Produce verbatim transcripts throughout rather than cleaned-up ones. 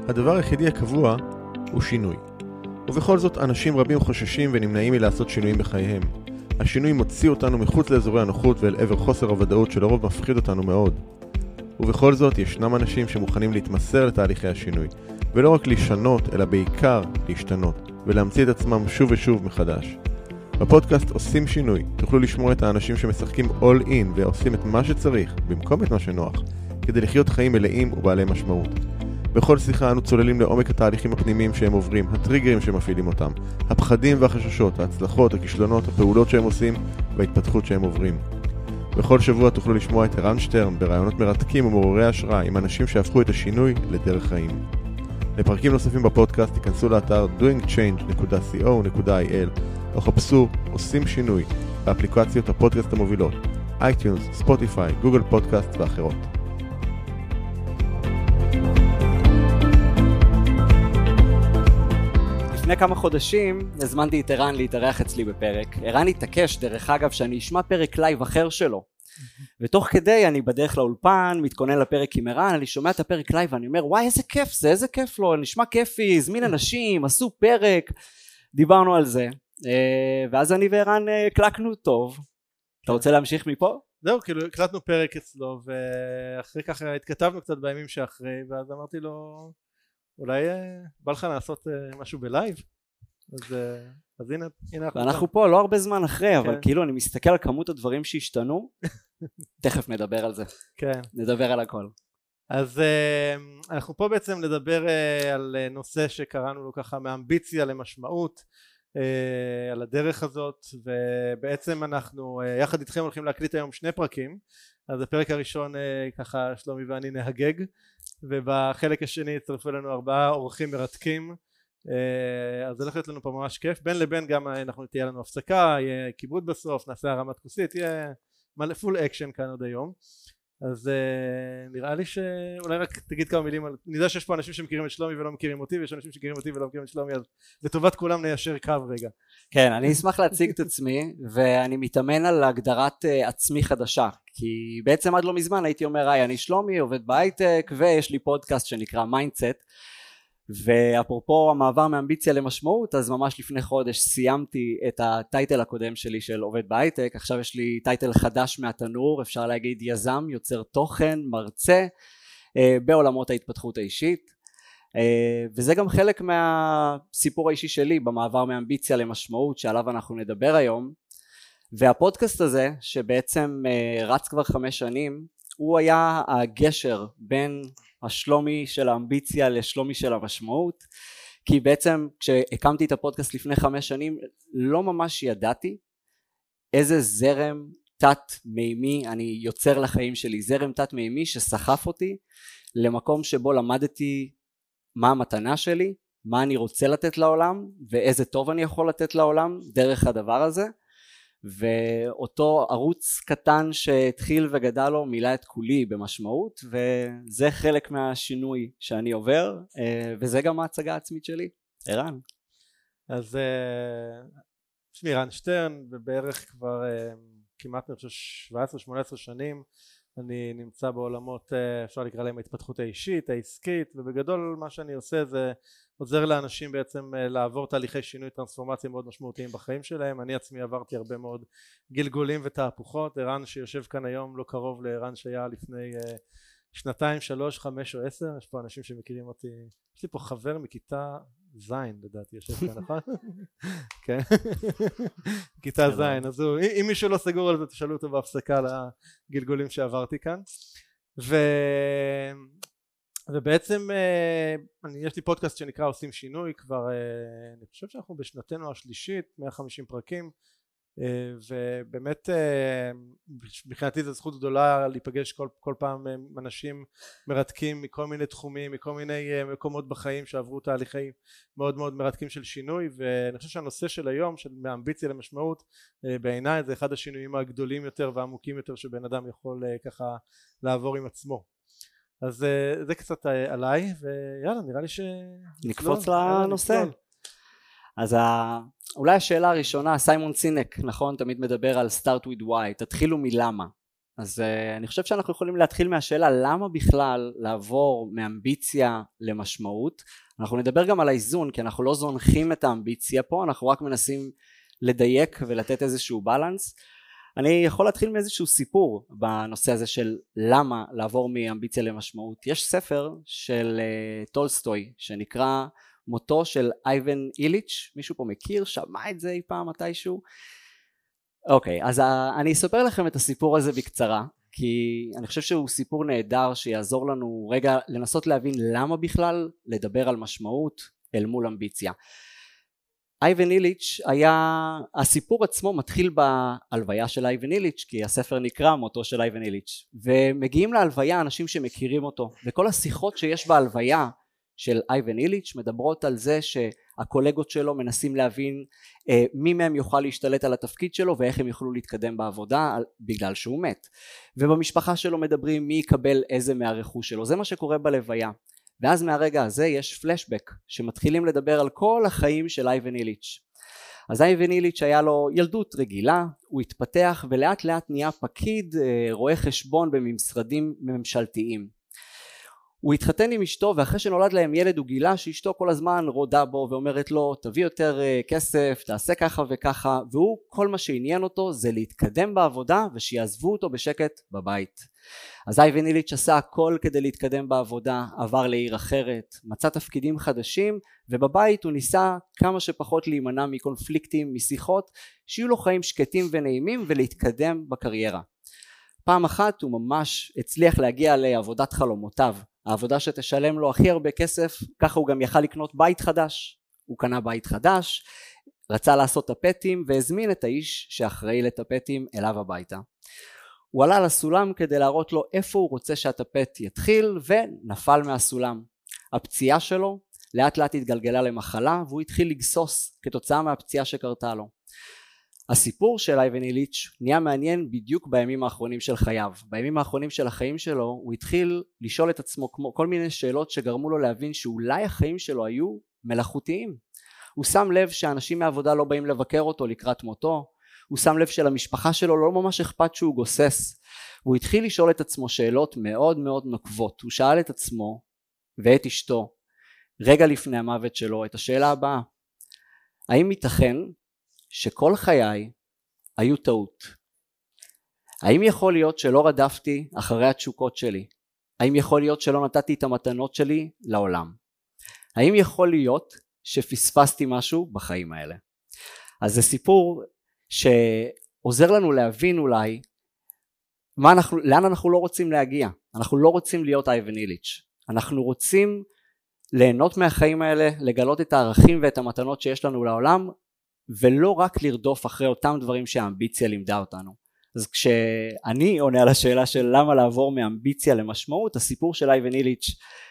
הדבר היחידי הקבוע הוא שינוי. ובכל זאת אנשים רבים חוששים ונמנעים מלעשות שינויים בחייהם. השינוי מוציא אותנו מחוץ לאזורי הנוחות ואל עבר חוסר הוודאות שלרוב מפחיד אותנו מאוד. ובכל זאת ישנם אנשים שמוכנים להתמסר לתהליכי השינוי, ולא רק לשנות אלא בעיקר להשתנות ולהמציא את עצמם שוב ושוב מחדש. בפודקאסט עושים שינוי, תוכלו לשמוע את האנשים שמשחקים all in ועושים את מה שצריך במקום את מה שנוח, כדי לחיות חיים מלאים ובעלי משמעות. בכל שיחה אנו צוללים לעומק התהליכים הפנימיים שהם עוברים, הטריגרים שמפעילים אותם, הפחדים והחששות, ההצלחות, הכישלונות, הפעולות שהם עושים וההתפתחות שהם עוברים. בכל שבוע תוכלו לשמוע את ערן שטרן ברעיונות מרתקים ומעוררי השראה עם אנשים שהפכו את השינוי לדרך חיים. לפרקים נוספים בפודקאסט תיכנסו לאתר doing change dot co dot il או חפשו עושים שינוי באפליקציות הפודקאסט המובילות, אייטיונס, ספוטיפיי, גוגל פודקאסט ואחרות. לפני כמה חודשים הזמנתי את ערן להתארח אצלי בפרק. ערן התעקש דרך אגב שאני אשמע פרק לייב אחר שלו, ותוך כדי אני בדרך לאולפן מתכונן לפרק עם ערן, אני שומע את הפרק לייב ואני אומר וואי איזה כיף זה, איזה כיף לו, נשמע כיפי, הזמין אנשים, עשו פרק, דיברנו על זה, ואז אני וערן קלקנו טוב. אתה רוצה להמשיך מפה? זהו, כאילו הקלטנו פרק אצלו ואחרי ככה התכתבנו קצת בימים שאחרי, ואז אמרתי לו אולי בא לך לעשות משהו בלייב? אז, אז הנה, הנה אנחנו, ואנחנו פה לא הרבה זמן אחרי, אבל כן. כאילו אני מסתכל על כמות הדברים שהשתנו, תכף נדבר על זה, כן. נדבר על הכל. אז אנחנו פה בעצם לדבר על נושא שקראנו לו ככה מאמביציה למשמעות, על הדרך הזאת, ובעצם אנחנו יחד איתכם הולכים להקליט היום שני פרקים. אז הפרק הראשון ככה שלומי ואני נהגג, ובחלק השני יצטרפו לנו ארבעה אורחים מרתקים, אז זה הולך להיות לנו פה ממש כיף. בין לבין גם אנחנו תהיה לנו הפסקה, יהיה כיבוד בסוף, נעשה הרמת כוסית, יהיה מלא פול אקשן כאן עוד היום. אז uh, נראה לי שאולי רק תגיד כמה מילים על... אני יודע שיש פה אנשים שמכירים את שלומי ולא מכירים אותי, ויש אנשים שמכירים אותי ולא מכירים את שלומי, אז לטובת כולם ניישר קו רגע. כן, אני אשמח להציג את עצמי, ואני מתאמן על הגדרת uh, עצמי חדשה, כי בעצם עד לא מזמן הייתי אומר היי אני שלומי, עובד בהייטק ויש לי פודקאסט שנקרא מיינדסט, ואפרופו המעבר מאמביציה למשמעות, אז ממש לפני חודש סיימתי את הטייטל הקודם שלי של עובד בהייטק, עכשיו יש לי טייטל חדש מהתנור, אפשר להגיד יזם, יוצר תוכן, מרצה בעולמות ההתפתחות האישית, וזה גם חלק מהסיפור האישי שלי במעבר מאמביציה למשמעות שעליו אנחנו נדבר היום. והפודקאסט הזה שבעצם רץ כבר חמש שנים, הוא היה הגשר בין השלומי של האמביציה לשלומי של המשמעות, כי בעצם כשהקמתי את הפודקאסט לפני חמש שנים לא ממש ידעתי איזה זרם תת מימי אני יוצר לחיים שלי, זרם תת מימי שסחף אותי למקום שבו למדתי מה המתנה שלי, מה אני רוצה לתת לעולם ואיזה טוב אני יכול לתת לעולם דרך הדבר הזה. ואותו ערוץ קטן שהתחיל וגדל לו מילא את כולי במשמעות, וזה חלק מהשינוי שאני עובר, וזה גם ההצגה העצמית שלי. ערן. אז שמי ערן שטרן, ובערך כבר כמעט שבע עשרה שמונה עשרה שנים אני נמצא בעולמות, אפשר לקרוא להם ההתפתחות האישית, העסקית, ובגדול מה שאני עושה זה עוזר לאנשים בעצם לעבור תהליכי שינוי טרנספורמציה מאוד משמעותיים בחיים שלהם. אני עצמי עברתי הרבה מאוד גלגולים ותהפוכות. ערן שיושב כאן היום לא קרוב לערן שהיה לפני שנתיים, שלוש, חמש או עשר. יש פה אנשים שמכירים אותי, יש לי פה חבר מכיתה זין לדעתי יושב כאן, נכון? כן, כיתה זין. אז הוא, אם מישהו לא סגור על זה תשאלו אותו בהפסקה על הגלגולים שעברתי כאן. ו... ובעצם אני, יש לי פודקאסט שנקרא עושים שינוי, כבר אני חושב שאנחנו בשנתנו השלישית, מאה וחמישים פרקים, ובאמת מבחינתי זו זכות גדולה להיפגש כל, כל פעם עם אנשים מרתקים מכל מיני תחומים, מכל מיני מקומות בחיים שעברו תהליכי מאוד מאוד מרתקים של שינוי. ואני חושב שהנושא של היום של מאמביציה למשמעות בעיניי זה אחד השינויים הגדולים יותר והעמוקים יותר שבן אדם יכול ככה לעבור עם עצמו. אז זה קצת עליי, ויאללה נראה לי ש... נקפוץ לנושא. אז אולי השאלה הראשונה, סיימון סינק, נכון? תמיד מדבר על start with why, תתחילו מלמה. אז uh, אני חושב שאנחנו יכולים להתחיל מהשאלה למה בכלל לעבור מאמביציה למשמעות. אנחנו נדבר גם על האיזון, כי אנחנו לא זונחים את האמביציה פה, אנחנו רק מנסים לדייק ולתת איזשהו בלנס. אני יכול להתחיל מאיזשהו סיפור בנושא הזה של למה לעבור מאמביציה למשמעות. יש ספר של uh, טולסטוי שנקרא מותו של אייבן איליץ', מישהו פה מכיר? שמע את זה אי פעם מתישהו? אוקיי, אז אני אספר לכם את הסיפור הזה בקצרה, כי אני חושב שהוא סיפור נהדר שיעזור לנו רגע לנסות להבין למה בכלל לדבר על משמעות אל מול אמביציה. אייבן איליץ' היה, הסיפור עצמו מתחיל בהלוויה של אייבן איליץ', כי הספר נקרא מותו של אייבן איליץ', ומגיעים להלוויה אנשים שמכירים אותו, וכל השיחות שיש בהלוויה של אייבן איליץ' מדברות על זה שהקולגות שלו מנסים להבין אה, מי מהם יוכל להשתלט על התפקיד שלו ואיך הם יוכלו להתקדם בעבודה בגלל שהוא מת, ובמשפחה שלו מדברים מי יקבל איזה מהרכוש שלו. זה מה שקורה בלוויה, ואז מהרגע הזה יש פלשבק שמתחילים לדבר על כל החיים של אייבן איליץ'. אז אייבן איליץ' היה לו ילדות רגילה, הוא התפתח ולאט לאט נהיה פקיד אה, רואה חשבון במשרדים ממשלתיים. הוא התחתן עם אשתו, ואחרי שנולד להם ילד הוא גילה שאשתו כל הזמן רודה בו ואומרת לו תביא יותר כסף, תעשה ככה וככה, והוא כל מה שעניין אותו זה להתקדם בעבודה ושיעזבו אותו בשקט בבית. אז אייבן איליץ' עשה הכל כדי להתקדם בעבודה, עבר לעיר אחרת, מצא תפקידים חדשים, ובבית הוא ניסה כמה שפחות להימנע מקונפליקטים, משיחות, שיהיו לו חיים שקטים ונעימים ולהתקדם בקריירה. פעם אחת הוא ממש הצליח להגיע לעבודת חלומותיו, העבודה שתשלם לו הכי הרבה כסף, ככה הוא גם יכל לקנות בית חדש. הוא קנה בית חדש, רצה לעשות טפטים והזמין את האיש שאחראי לטפטים אליו הביתה. הוא עלה לסולם כדי להראות לו איפה הוא רוצה שהטפט יתחיל, ונפל מהסולם. הפציעה שלו לאט לאט התגלגלה למחלה והוא התחיל לגסוס כתוצאה מהפציעה שקרתה לו. הסיפור של אייבן איליץ' נהיה מעניין בדיוק בימים האחרונים של חייו. בימים האחרונים של החיים שלו הוא התחיל לשאול את עצמו כמו כל מיני שאלות שגרמו לו להבין שאולי החיים שלו היו מלאכותיים. הוא שם לב שאנשים מעבודה לא באים לבקר אותו לקראת מותו, הוא שם לב שלמשפחה שלו לא ממש אכפת שהוא גוסס. הוא התחיל לשאול את עצמו שאלות מאוד מאוד נוקבות. הוא שאל את עצמו ואת אשתו רגע לפני המוות שלו את השאלה הבאה: האם ייתכן שכל חיי היו טעות? האם יכול להיות שלא רדפתי אחרי התשוקות שלי? האם יכול להיות שלא נתתי את המתנות שלי לעולם? האם יכול להיות שפספסתי משהו בחיים האלה? אז זה סיפור שעוזר לנו להבין אולי מה אנחנו, לאן אנחנו לא רוצים להגיע. אנחנו לא רוצים להיות אייבן איליץ'. אנחנו רוצים ליהנות מהחיים האלה, לגלות את הערכים ואת המתנות שיש לנו לעולם, ולא רק לרדוף אחרי אותם דברים שהאמביציה לימדה אותנו. אז כשאני עונה על השאלה של למה לעבור מאמביציה למשמעות, הסיפור של אייבן איליץ'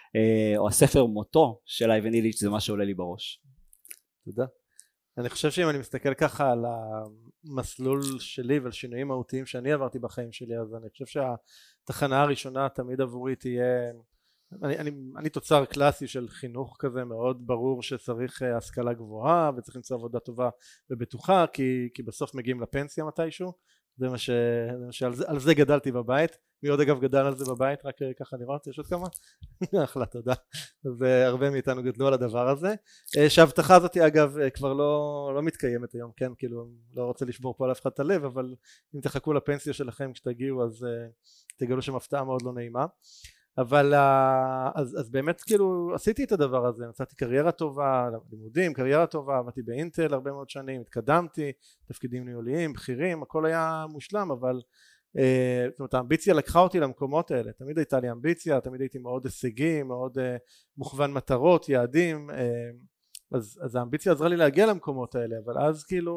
או הספר מותו של אייבן איליץ' זה מה שעולה לי בראש. תודה. אני חושב שאם אני מסתכל ככה על המסלול שלי ועל שינויים מהותיים שאני עברתי בחיים שלי, אז אני חושב שהתחנה הראשונה תמיד עבורי תהיה, אני, אני, אני תוצר קלאסי של חינוך כזה מאוד ברור שצריך השכלה גבוהה וצריך למצוא עבודה טובה ובטוחה, כי, כי בסוף מגיעים לפנסיה מתישהו. זה מה ש... שעל זה, על זה גדלתי בבית. מי עוד אגב גדל על זה בבית? רק ככה לראות, יש עוד כמה? אחלה, תודה. אז הרבה מאיתנו גדלו על הדבר הזה, שההבטחה הזאת אגב כבר לא, לא מתקיימת היום, כן? כאילו לא רוצה לשבור פה על אף אחד את הלב, אבל אם תחכו לפנסיה שלכם כשתגיעו אז תגלו שם הפתעה מאוד לא נעימה. אבל אז, אז באמת כאילו עשיתי את הדבר הזה, נצאתי קריירה טובה, לימודים, קריירה טובה, עבדתי באינטל הרבה מאוד שנים, התקדמתי, תפקידים ניהוליים, בכירים, הכל היה מושלם, אבל אה, זאת אומרת האמביציה לקחה אותי למקומות האלה, תמיד הייתה לי אמביציה, תמיד הייתי מאוד הישגי, מאוד אה, מוכוון מטרות, יעדים, אה, אז, אז האמביציה עזרה לי להגיע למקומות האלה, אבל אז כאילו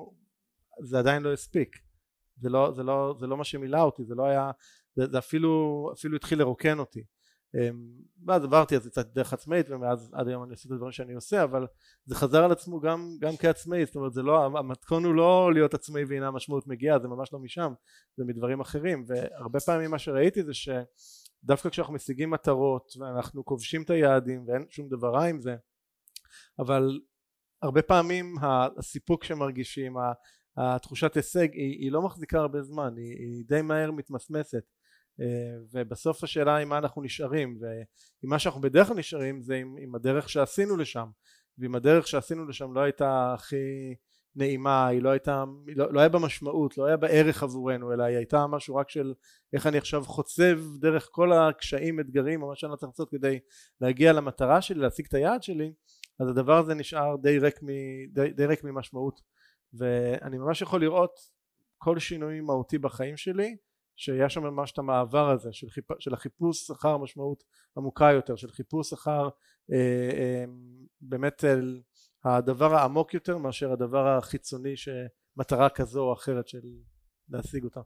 זה עדיין לא הספיק, זה לא, זה לא, זה לא מה שמילא אותי, זה לא היה, זה, זה אפילו, אפילו התחיל לרוקן אותי. ואז עברתי אז יצאתי דרך עצמאית, ומאז עד היום אני עושה את הדברים שאני עושה, אבל זה חזר על עצמו גם, גם כעצמאי, זאת אומרת זה לא, המתכון הוא לא להיות עצמאי והנה המשמעות מגיעה, זה ממש לא משם, זה מדברים אחרים. והרבה פעמים מה שראיתי זה שדווקא כשאנחנו משיגים מטרות ואנחנו כובשים את היעדים ואין שום דבר רע עם זה, אבל הרבה פעמים הסיפוק שמרגישים, התחושת הישג היא, היא לא מחזיקה הרבה זמן, היא, היא די מהר מתמסמסת, ובסוף השאלה היא מה אנחנו נשארים, ועם מה שאנחנו בדרך כלל נשארים זה עם, עם הדרך שעשינו לשם, ואם הדרך שעשינו לשם לא הייתה הכי נעימה, היא לא הייתה, לא, לא היה בה משמעות, לא היה בה ערך עבורנו, אלא היא הייתה משהו רק של איך אני עכשיו חוצב דרך כל הקשיים, אתגרים או מה שאני צריך לעשות כדי להגיע למטרה שלי, להשיג את היעד שלי, אז הדבר הזה נשאר די ריק, מ, די, די ריק ממשמעות. ואני ממש יכול לראות כל שינוי מהותי בחיים שלי שהיה שם ממש את המעבר הזה של, חיפ... של החיפוש אחר משמעות עמוקה יותר, של חיפוש אחר אה, אה, באמת אל הדבר העמוק יותר מאשר הדבר החיצוני שמטרה כזו או אחרת של להשיג אותה.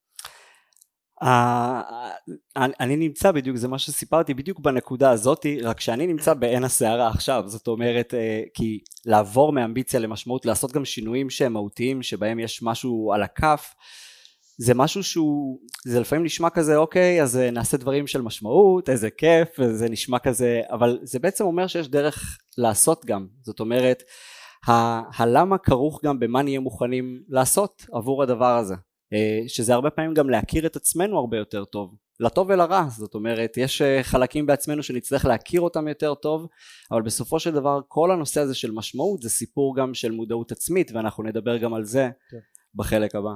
אני נמצא בדיוק, זה מה שסיפרתי בדיוק בנקודה הזאת, רק שאני נמצא בעין הסערה עכשיו, זאת אומרת, כי לעבור מאמביציה למשמעות, לעשות גם שינויים שהם מהותיים שבהם יש משהו על הכף, זה משהו שהוא, זה לפעמים נשמע כזה, אוקיי, אז נעשה דברים של משמעות, איזה כיף, זה נשמע כזה, אבל זה בעצם אומר שיש דרך לעשות גם, זאת אומרת, הלמה כרוך גם במה נהיה מוכנים לעשות עבור הדבר הזה, שזה הרבה פעמים גם להכיר את עצמנו הרבה יותר טוב, לטוב ולרע, זאת אומרת, יש חלקים בעצמנו שנצטרך להכיר אותם יותר טוב, אבל בסופו של דבר כל הנושא הזה של משמעות זה סיפור גם של מודעות עצמית, ואנחנו נדבר גם על זה כן. בחלק הבא.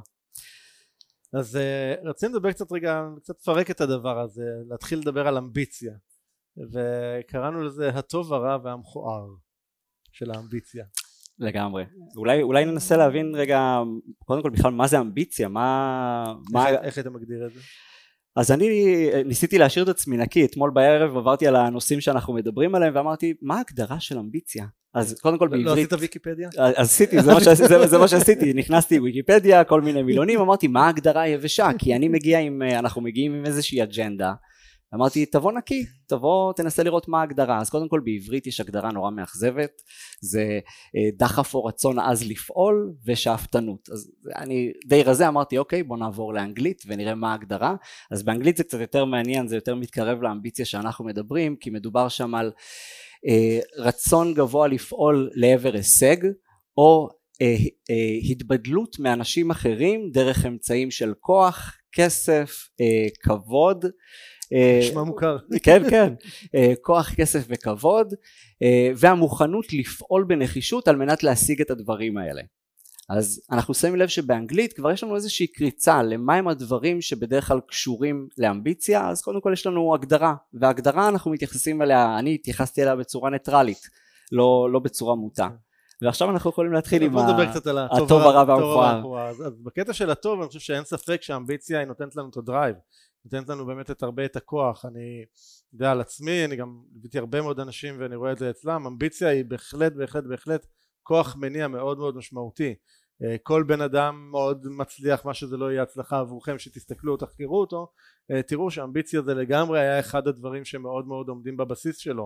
אז uh, רצינו לדבר קצת רגע, קצת לפרק את הדבר הזה, להתחיל לדבר על אמביציה, וקראנו לזה הטוב הרע והמכוער של האמביציה. לגמרי. אולי, אולי ננסה להבין רגע, קודם כל בכלל מה זה אמביציה, מה... איך, מה... איך אתה מגדיר את זה? אז אני ניסיתי להשאיר את עצמי נקי, אתמול בערב עברתי על הנושאים שאנחנו מדברים עליהם, ואמרתי, מה ההגדרה של אמביציה? אז קודם כל בעברית... לא עשית ויקיפדיה? אז עשיתי, זה מה שעשיתי, זה מה שעשיתי, נכנסתי ויקיפדיה, כל מיני מילונים, אמרתי, מה ההגדרה היבשה? כי אני מגיע עם, אנחנו מגיעים עם איזושהי אג'נדה, אמרתי, תבוא נקי, תבוא, תנסה לראות מה ההגדרה. אז קודם כל בעברית יש הגדרה נורא מאכזבת, זה דחף או רצון עז לפעול ושאפתנות. אז אני די רזה אמרתי, אוקיי, בוא נעבור לאנגלית ונראה מה ההגדרה. אז באנגלית זה קצת יותר מעניין, זה יותר מתקרב לאמביציה שאנחנו מדברים, כי מדובר שם על אה, רצון גבוה לפעול לעבר הישג, או אה, אה, התבדלות מאנשים אחרים דרך אמצעים של כוח, כסף, אה, כבוד, נשמע מוכר. כן, כן. כוח, כסף וכבוד, והמוכנות לפעול בנחישות על מנת להשיג את הדברים האלה. אז אנחנו שמים לב שבאנגלית כבר יש לנו איזושהי קריצה למה הם הדברים שבדרך כלל קשורים לאמביציה. אז קודם כל יש לנו הגדרה, והגדרה אנחנו מתייחסים אליה, אני התייחסתי אליה בצורה ניטרלית, לא, לא בצורה מוטה. ועכשיו אנחנו יכולים להתחיל עם הטוב הרע והמכוער. אז בקטע של הטוב אני חושב שאין ספק שהאמביציה היא נותנת לנו את הדרייב, נותנת לנו באמת את הרבה את הכוח. אני יודע על עצמי, אני גם ליוויתי הרבה מאוד אנשים ואני רואה את זה אצלם, אמביציה היא בהחלט בהחלט בהחלט כוח מניע מאוד מאוד משמעותי. כל בן אדם מאוד מצליח, מה שזה לא יהיה הצלחה עבורכם, שתסתכלו או תחקרו אותו, תראו שאמביציה זה לגמרי היה אחד הדברים שמאוד מאוד עומדים בבסיס שלו,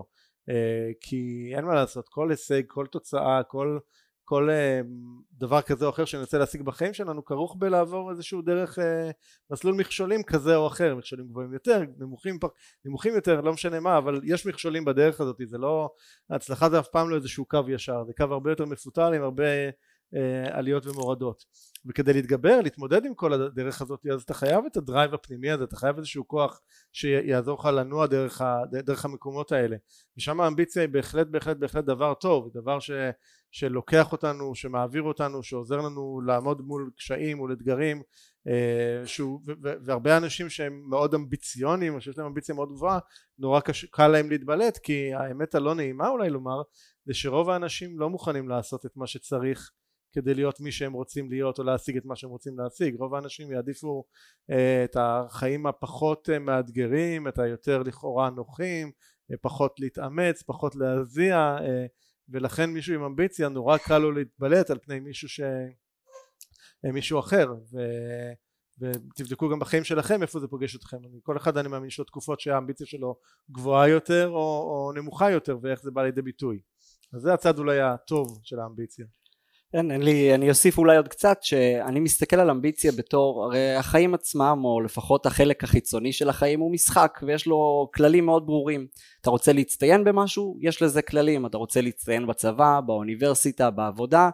כי אין מה לעשות, כל הישג, כל תוצאה, כל כל דבר כזה או אחר שנרצה להשיג בחיים שלנו כרוך בלעבור איזשהו דרך מסלול מכשולים כזה או אחר, מכשולים גבוהים יותר, נמוכים, נמוכים יותר, לא משנה מה, אבל יש מכשולים בדרך הזאת. זה לא, ההצלחה זה אף פעם לא איזשהו קו ישר, זה קו הרבה יותר מפותל עם הרבה עליות ומורדות, וכדי להתגבר, להתמודד עם כל הדרך הזאת, אז אתה חייב את הדרייב הפנימי הזה, אתה חייב איזשהו כוח שיעזור לך לנוע דרך, ה, דרך המקומות האלה, ושם האמביציה היא בהחלט בהחלט בהחלט דבר טוב, דבר ש, שלוקח אותנו, שמעביר אותנו, שעוזר לנו לעמוד מול קשיים, מול אתגרים, שהוא, ו, ו, והרבה אנשים שהם מאוד אמביציונים, או שיש להם אמביציה מאוד גבוהה, נורא קש, קל להם להתבלט, כי האמת הלא נעימה אולי לומר, זה שרוב האנשים לא מוכנים לעשות את מה שצריך, כדי להיות מי שהם רוצים להיות או להשיג את מה שהם רוצים להשיג. רוב האנשים יעדיפו uh, את החיים הפחות uh, מאתגרים, את היותר לכאורה נוחים, uh, פחות להתאמץ, פחות להזיע, uh, ולכן מישהו עם אמביציה נורא קל לו להתבלט על פני מישהו ש... uh, מישהו אחר, ו... ותבדקו גם בחיים שלכם איפה זה פוגש אתכם. אני, כל אחד אני מאמין שיש תקופות שהאמביציה שלו גבוהה יותר או, או נמוכה יותר, ואיך זה בא לידי ביטוי. אז זה הצד אולי הטוב של האמביציה. כן, אין לי, אני אוסיף אולי עוד קצת, שאני מסתכל על אמביציה בתור, הרי החיים עצמם, או לפחות החלק החיצוני של החיים, הוא משחק, ויש לו כללים מאוד ברורים. אתה רוצה להצטיין במשהו, יש לזה כללים. אתה רוצה להצטיין בצבא, באוניברסיטה, בעבודה,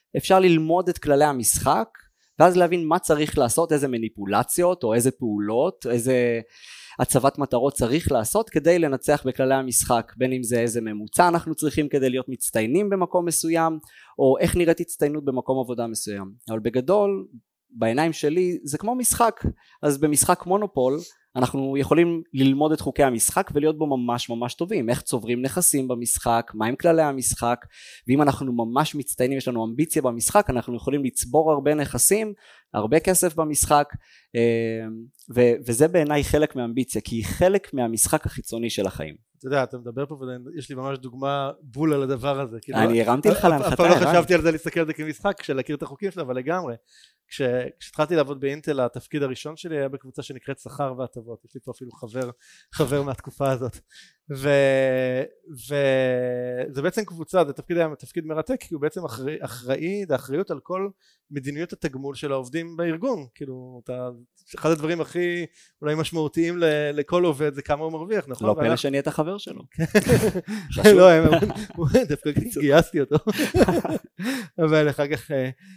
אפשר ללמוד את כללי המשחק, ואז להבין מה צריך לעשות, איזה מניפולציות או איזה פעולות, איזה הצבת מטרות צריך לעשות כדי לנצח בכללי המשחק, בין אם זה איזה ממוצע אנחנו צריכים כדי להיות מצטיינים במקום מסוים, או איך נראית הצטיינות במקום עבודה מסוים. אבל בגדול, בעיניים שלי זה כמו משחק. אז במשחק מונופול אנחנו יכולים ללמוד את חוקי המשחק ולהיות בו ממש ממש טובים, איך צוברים נכסים במשחק, מהם כללי המשחק, ואם אנחנו ממש מצטיינים, יש לנו אמביציה במשחק, אנחנו יכולים לצבור הרבה נכסים, הרבה כסף במשחק, ו- וזה בעיניי חלק מהאמביציה, כי היא חלק מהמשחק החיצוני של החיים. אתה יודע, אתה מדבר פה ויש לי ממש דוגמה בול על הדבר הזה. אני הרמתי לך להנחתה. אף פעם לא חשבתי על זה להסתכל על זה כמשחק, כשלהכיר את החוקים שלה, אבל לגמרי. כשהתחלתי לעבוד באינטל, התפקיד הראשון שלי היה בקבוצה שנקראת שכר והטבות. יש לי פה אפילו חבר, חבר מהתקופה הזאת. וזה בעצם קבוצה, זה תפקיד, היה תפקיד מרתק, כי הוא בעצם אחראי, זה אחריות על כל מדיניות התגמול של העובדים בארגון. כאילו, אחד הדברים הכי אולי משמעותיים לכל עובד זה כמה הוא מרוויח, נכון? לא פלא שאני את החבר שלו. לא, דווקא גייסתי אותו. אבל אחר כך,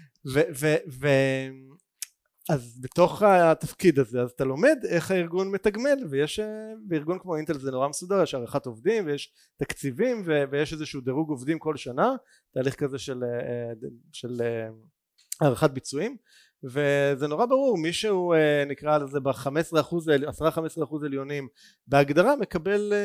אז בתוך התפקיד הזה, אז אתה לומד איך הארגון מתגמל, ויש בארגון כמו אינטל זה נורא מסודר, יש עריכת עובדים ויש תקציבים ויש איזשהו דירוג עובדים כל שנה, תהליך כזה של עריכת ביצועים, וזה נורא ברור, מישהו נקרא לזה ב-חמישה עשר אחוז, עשרה חמישה עשר אחוז עליונים בהגדרה מקבל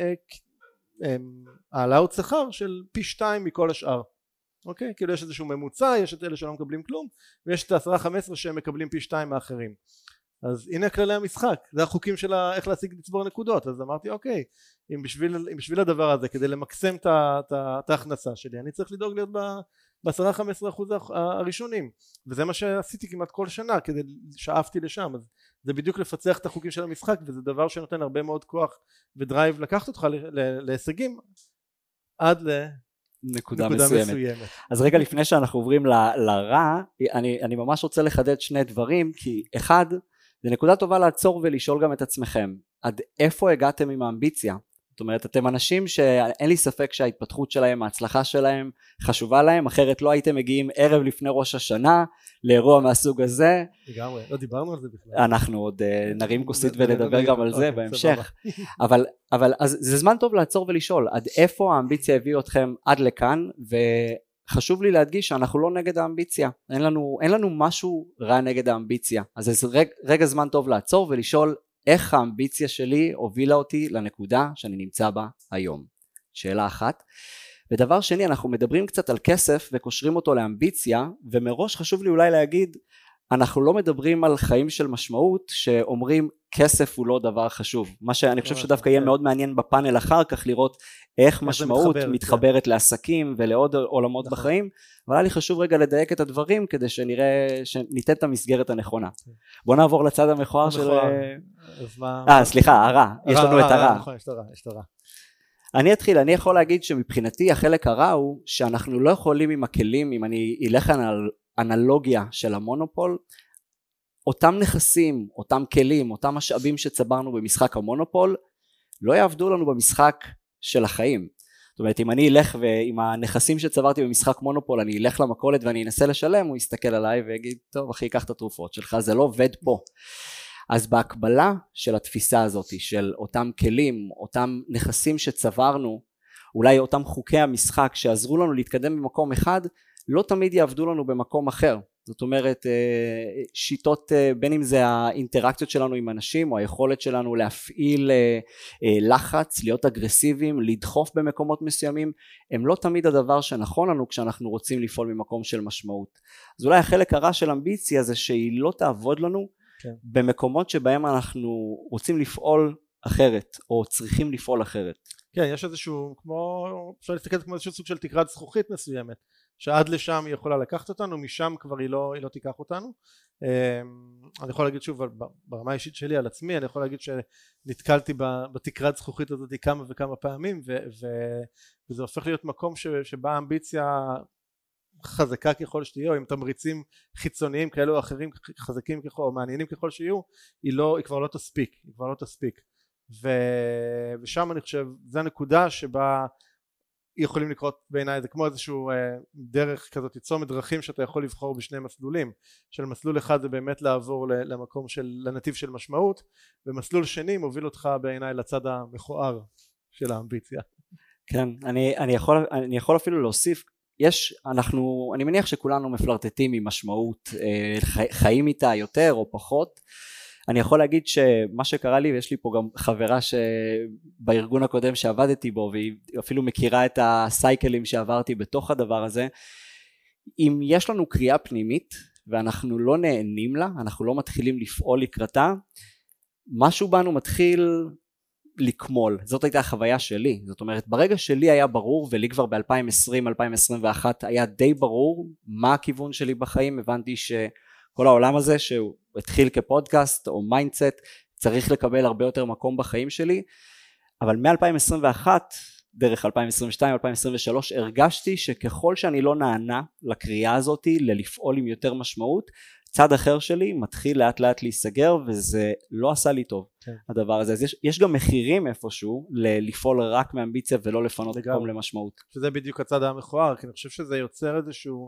העלאות שכר של פי שתיים מכל השאר. אוקיי? כאילו יש איזשהו ממוצע, יש את אלה שלא מקבלים כלום, ויש את ה-עשרה חמש עשרה שהם מקבלים פי שתיים מאחרים. אז הנה כללי המשחק, זה החוקים של איך להשיג לצבור נקודות. אז אמרתי אוקיי, אם בשביל, אם בשביל הדבר הזה, כדי למקסם את ההכנסה שלי, אני צריך לדאוג להיות ב-עשרה חמש עשרה אחוז הראשונים, וזה מה שעשיתי כמעט כל שנה, כדי שאפתי לשם. אז זה בדיוק לפצח את החוקים של המשחק, וזה דבר שנותן הרבה מאוד כוח ודרייב לקחת אותך להישגים עד ל... נקודה, נקודה מסוימת. מסוימת. אז רגע לפני שאנחנו עוברים ל, לרע, אני, אני ממש רוצה לחדד שני דברים, כי אחד, זה נקודה טובה לעצור ולשאול גם את עצמכם, עד איפה הגעתם עם האמביציה? זאת אומרת, אתם אנשים שאין לי ספק שההתפתחות שלהם, ההצלחה שלהם חשובה להם, אחרת לא הייתם מגיעים ערב לפני ראש השנה, לאירוע מהסוג הזה. לגמרי, לא דיברנו על זה בכלל. אנחנו עוד נרים כוסית ונדבר גם על זה בהמשך. אבל, אבל אז זה זמן טוב לעצור ולשאול, עד איפה האמביציה הביאו אתכם עד לכאן, וחשוב לי להדגיש שאנחנו לא נגד האמביציה. אין לנו, אין לנו משהו רע נגד האמביציה. אז זה רגע, רגע זמן טוב לעצור ולשאול, איך האמביציה שלי הובילה אותי לנקודה שאני נמצא בה היום. שאלה אחת. ודבר שני, אנחנו מדברים קצת על כסף וקושרים אותו לאמביציה, ומראש חשוב לי אולי להגיד, אנחנו לא מדברים על חיים של משמעות שאומרים כסף הוא לא דבר חשוב. מה שאני חושב שדווקא יהיה מאוד מעניין בפאנל אחר כך לראות איך משמעות מתחברת לעסקים ולעוד עולמות בחיים, אבל היה לי חשוב רגע לדייק את הדברים כדי שנראה, שניתן את המסגרת הנכונה. בוא נעבור לצד המכוער של... אה, סליחה, הרע. יש לנו את הרע. נכון, יש את הרע, יש את הרע. אני אתחיל, אני יכול להגיד שמבחינתי החלק הרע הוא שאנחנו לא יכולים עם הכלים, אם אני אלך על אנלוגיה של המונופול, אותם נכסים, אותם כלים, אותם משאבים שצברנו במשחק המונופול, לא יעבדו לנו במשחק של החיים. זאת אומרת, אם אני אלך ועם הנכסים שצברתי במשחק מונופול, אני אלך למכולת ואני אנסה לשלם, הוא יסתכל עליי ויגיד, טוב אחי, קח את התרופות שלך, זה לא עובד פה. אז בהקבלה של התפיסה הזאת, של אותם כלים, אותם נכסים שצברנו, אולי אותם חוקי המשחק שעזרו לנו להתקדם במקום אחד, לא תמיד יעבדו לנו במקום אחר. זאת אומרת, שיטות, בין אם זה האינטראקציות שלנו עם אנשים, או היכולת שלנו להפעיל לחץ, להיות אגרסיביים, לדחוף במקומות מסוימים, הם לא תמיד הדבר שנכון לנו כשאנחנו רוצים לפעול ממקום של משמעות. אז אולי החלק הרע של אמביציה זה שהיא לא תעבוד לנו כן. במקומות שבהם אנחנו רוצים לפעול אחרת, או צריכים לפעול אחרת. כן, יש איזשהו, כמו, אפשר להסתכל כמו איזשהו סוג של תקרת זכוכית מסוימת, שעד לשם היא יכולה לקחת אותנו, משם כבר היא לא, היא לא תיקח אותנו. אני יכול להגיד שוב, ברמה האישית שלי על עצמי, אני יכול להגיד שנתקלתי בתקרת זכוכית הזאת כמה וכמה פעמים, ו, ו, וזה הופך להיות מקום ש, שבה האמביציה חזקה ככל שתהיה, או עם תמריצים חיצוניים כאלו או אחרים חזקים ככל, או מעניינים ככל שיהיו, היא, לא, היא כבר לא תספיק, היא כבר לא תספיק. ו... ושם אני חושב, זו הנקודה שבה יכולים לקרות בעיניי, זה כמו איזשהו אה, דרך כזאת, צומת דרכים שאתה יכול לבחור בשני מסלולים, של מסלול אחד זה באמת לעבור למקום של, לנתיב של משמעות, ומסלול שני מוביל אותך בעיניי לצד המכוער של האמביציה. כן, אני, אני יכול, אני יכול אפילו להוסיף, יש, אנחנו, אני מניח שכולנו מפלרטטים עם משמעות, חיים איתה יותר או פחות. אני יכול להגיד שמה שקרה לי, ויש לי פה גם חברה שבארגון הקודם שעבדתי בו, והיא אפילו מכירה את הסייקלים שעברתי בתוך הדבר הזה, אם יש לנו קריאה פנימית, ואנחנו לא נהנים לה, אנחנו לא מתחילים לפעול לקראתה, משהו בנו מתחיל לקמול. זאת הייתה החוויה שלי. זאת אומרת, ברגע שלי היה ברור, ולי כבר ב-אלפיים עשרים אלפיים עשרים ואחת היה די ברור מה הכיוון שלי בחיים, הבנתי שכל העולם הזה שהוא התחיל כפודקאסט או מיינדסט, צריך לקבל הרבה יותר מקום בחיים שלי, אבל מ-אלפיים עשרים ואחת דרך אלפיים עשרים ושתיים אלפיים עשרים ושלוש הרגשתי שככל שאני לא נענה לקריאה הזאת ללפעול עם יותר משמעות, צד אחר שלי מתחיל לאט לאט להיסגר, וזה לא עשה לי טוב, כן. הדבר הזה. אז יש, יש גם מחירים איפשהו לפעול רק מאמביציה ולא לפנות מקום למשמעות. שזה בדיוק הצד המכוער, כי אני חושב שזה יוצר איזשהו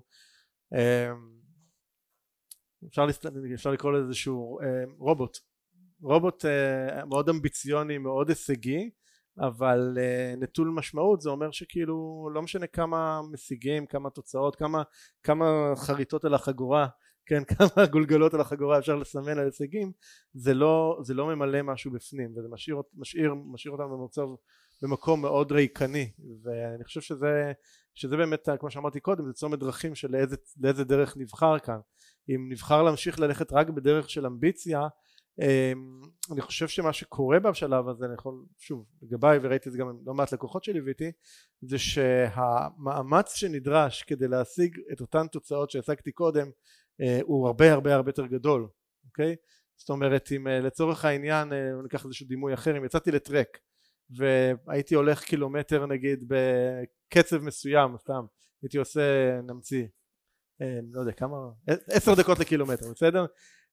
אפשר, לסת... אפשר לקרוא לזה איזשהו רובוט רובוט מאוד אמביציוני, מאוד הישגי, אבל נטול משמעות. זה אומר שכאילו לא משנה כמה משיגים, כמה תוצאות, כמה, כמה חריטות על החגורה, כן, כמה גולגלות על החגורה אפשר לסמן על הישגים, זה לא, זה לא ממלא משהו בפנים, וזה משאיר, משאיר, משאיר אותנו במצב, במקום מאוד ריקני. ואני חושב שזה, שזה באמת, כמו שאמרתי קודם, זה צומת דרכים של לאיזה, לאיזה דרך נבחר כאן. אם נבחר להמשיך ללכת רק בדרך של אמביציה, אני חושב שמה שקורה בשלב הזה, אני יכול, שוב, לגביי, וראיתי את זה גם לא מעט לקוחות שלי ואיתי, זה שהמאמץ שנדרש כדי להשיג את אותן תוצאות שהשגתי קודם, הוא הרבה הרבה הרבה יותר גדול, אוקיי? זאת אומרת, אם לצורך העניין, ניקח איזשהו דימוי אחר, אם יצאתי לטרק והייתי הולך קילומטר נגיד בקצב מסוים, סתם הייתי עושה, נמציא, לא יודע כמה, עשר דקות לקילומטר, בסדר?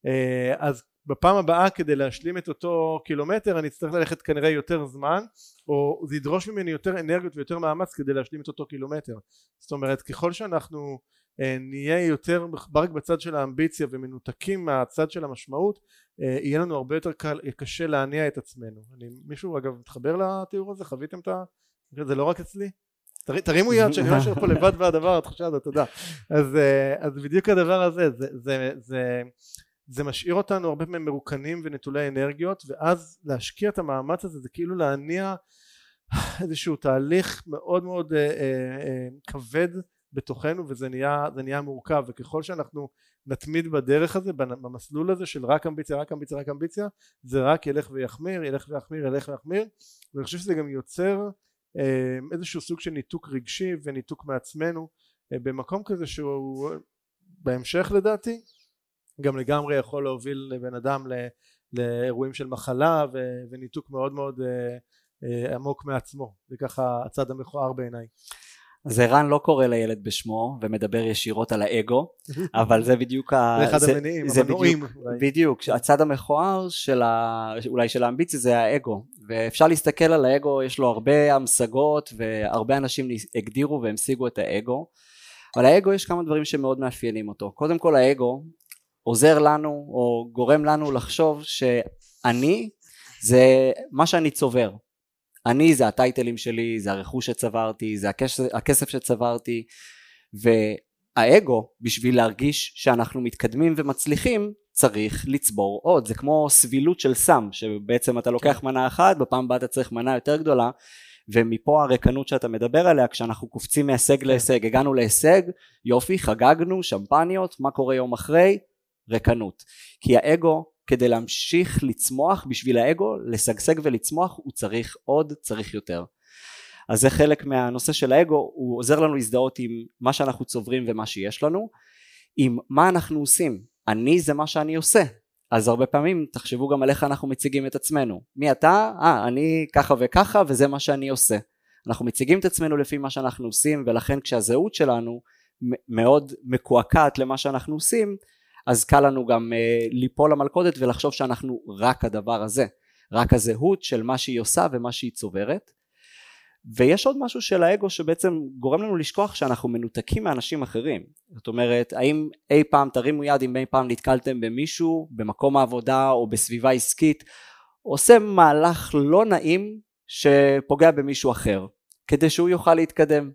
אז בפעם הבאה כדי להשלים את אותו קילומטר אני אצטרך ללכת כנראה יותר זמן, או זה ידרוש ממני יותר אנרגיות ויותר מאמץ כדי להשלים את אותו קילומטר. זאת אומרת, ככל שאנחנו נהיה יותר רק בצד של האמביציה ומנותקים מהצד של המשמעות, יהיה לנו הרבה יותר קל, קשה להניע את עצמנו. אני, מישהו אגב מתחבר לתיאור הזה? חוויתם את ה... זה לא רק אצלי? תר, תרימו יד שאני רואה פה לבד והדבר, התחושה הזאת, תודה. אז, אז בדיוק הדבר הזה, זה, זה, זה, זה משאיר אותנו הרבה פעמים מרוקנים ונטולי אנרגיות, ואז להשקיע את המאמץ הזה, זה כאילו להניע איזשהו תהליך מאוד מאוד אה, אה, כבד בתוכנו, וזה נהיה, זה נהיה מורכב. וככל שאנחנו נתמיד בדרך הזה, במסלול הזה של רק אמביציה, רק אמביציה, רק אמביציה, זה רק ילך ויחמיר, ילך ויחמיר, ילך ויחמיר. ואני חושב שזה גם יוצר אה, איזשהו סוג של ניתוק רגשי וניתוק מעצמנו, אה, במקום כזה שהוא בהמשך לדעתי גם לגמרי יכול להוביל לבן אדם לאירועים של מחלה וניתוק מאוד מאוד עמוק מעצמו. זה ככה הצד המכוער בעיניי. אז ערן לא קורא לילד בשמו ומדבר ישירות על האגו, אבל זה בדיוק זה אחד המניעים, המנועים. בדיוק, הצד המכוער של ה... אולי של האמביציה זה האגו, ואפשר להסתכל על האגו, יש לו הרבה המשגות והרבה אנשים הגדירו והמשיגו את האגו, אבל האגו יש כמה דברים שמאוד מאפיינים אותו. קודם כל האגו עוזר לנו או גורם לנו לחשוב שאני זה מה שאני צובר. אני זה הטייטלים שלי, זה הרכוש שצברתי, זה הכסף, הכסף שצברתי, והאגו בשביל להרגיש שאנחנו מתקדמים ומצליחים צריך לצבור עוד. זה כמו סבילות של סם, שבעצם אתה לוקח מנה אחת, בפעם הבאה אתה צריך מנה יותר גדולה, ומפה הרקנות שאתה מדבר עליה, כשאנחנו קופצים מהישג להישג, הגענו להישג, יופי, חגגנו, שמפניות, מה קורה יום אחרי? רקנות. כי האגו, כדי להמשיך לצמוח, בשביל האגו לשגשג ולצמוח, הוא צריך עוד, צריך יותר. אז זה חלק מהנושא של האגו, הוא עוזר לנו להזדהות עם מה שאנחנו צוברים ומה שיש לנו, עם מה אנחנו עושים. אני זה מה שאני עושה. אז הרבה פעמים תחשבו גם על איך אנחנו מציגים את עצמנו. מי אתה? אה, אני ככה וככה וזה מה שאני עושה. אנחנו מציגים את עצמנו לפי מה שאנחנו עושים, ולכן כשהזהות שלנו מאוד מקועקעת למה שאנחנו עושים, אז קל לנו גם uh, ליפול למלכודת ולחשוב שאנחנו רק הדבר הזה, רק הזהות של מה שהיא עושה ומה שהיא צוברת. ויש עוד משהו של האגו שבעצם גורם לנו לשכוח שאנחנו מנותקים מאנשים אחרים. זאת אומרת, האם אי פעם תרימו יד, אם אי פעם נתקלתם במישהו במקום העבודה או בסביבה עסקית עושה מהלך לא נעים שפוגע במישהו אחר כדי שהוא יוכל להתקדם.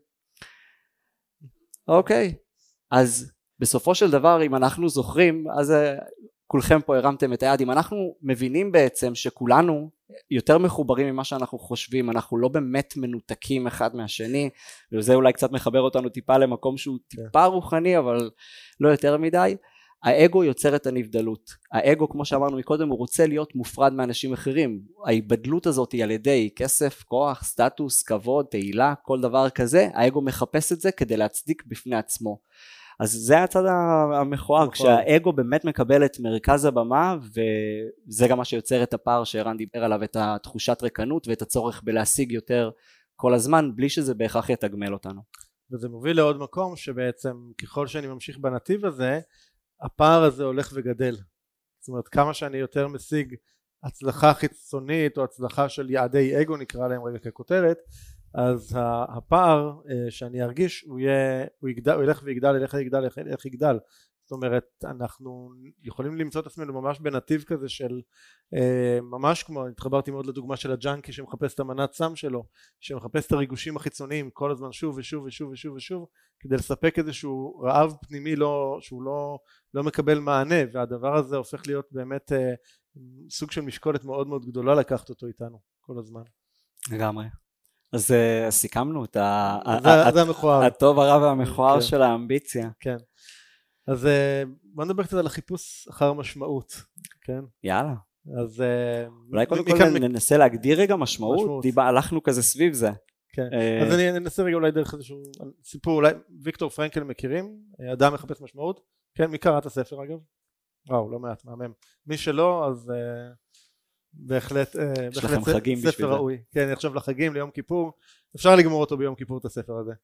אוקיי, אז בסופו של דבר אם אנחנו זוכרים, אז כולכם פה הרמתם את היד, אם אנחנו מבינים בעצם שכולנו יותר מחוברים ממה שאנחנו חושבים, אנחנו לא באמת מנותקים אחד מהשני, וזה אולי קצת מחבר אותנו טיפה למקום שהוא טיפה רוחני אבל לא יותר מדי. האגו יוצר את הנבדלות. האגו, כמו שאמרנו מקודם, הוא רוצה להיות מופרד מאנשים אחרים. ההיבדלות הזאת היא על ידי כסף, כוח, סטטוס, כבוד, תהילה, כל דבר כזה. האגו מחפש את זה כדי להצדיק בפני עצמו. אז זה הצד המכוער, כשהאגו באמת מקבל את מרכז הבמה, וזה גם מה שיוצר את הפער שערן דיבר עליו, את התחושת ריקנות ואת הצורך בלהשיג יותר כל הזמן, בלי שזה בהכרח יתגמל אותנו. וזה מוביל לעוד מקום שבעצם ככל שאני ממשיך בנתיב הזה, הפער הזה הולך וגדל. זאת אומרת, כמה שאני יותר משיג הצלחה חיצונית או הצלחה של יעדי אגו נקרא להם רגע ככותרת, אז הפער שאני ארגיש הוא יהיה, הוא יגדל, הוא ילך ויגדל, ילך ויגדל, ילך יגדל. זאת אומרת, אנחנו יכולים למצוא את עצמנו ממש בנתיב כזה של ממש כמו, התחברתי מאוד לדוגמה של הג'אנקי שמחפש את המנת סם שלו, שמחפש את הריגושים החיצוניים כל הזמן שוב ושוב ושוב ושוב ושוב כדי לספק איזשהו רעב פנימי לא, שהוא לא, לא מקבל מענה, והדבר הזה הופך להיות באמת סוג של משקולת מאוד מאוד גדולה לקחת אותו איתנו כל הזמן. לגמרי. אז סיכמנו את הטוב הרע והמכוער של האמביציה. כן. אז בוא נדבר קצת על החיפוש אחר משמעות, כן? יאללה. אז אולי קודם כל ננסה להגדיר רגע משמעות, הלכנו כזה סביב זה. כן, אז אני ננסה רגע אולי דרך איזשהו סיפור, אולי ויקטור פרנקל מכירים, אדם מחפש משמעות, כן, מי קרא את הספר אגב? וואו, לא מעט, מהמם. מי שלא, אז בהחלט ספר ראוי. כן, עכשיו לחגים, ליום כיפור, אפשר לגמור אותו ביום כיפור את הספר הזה.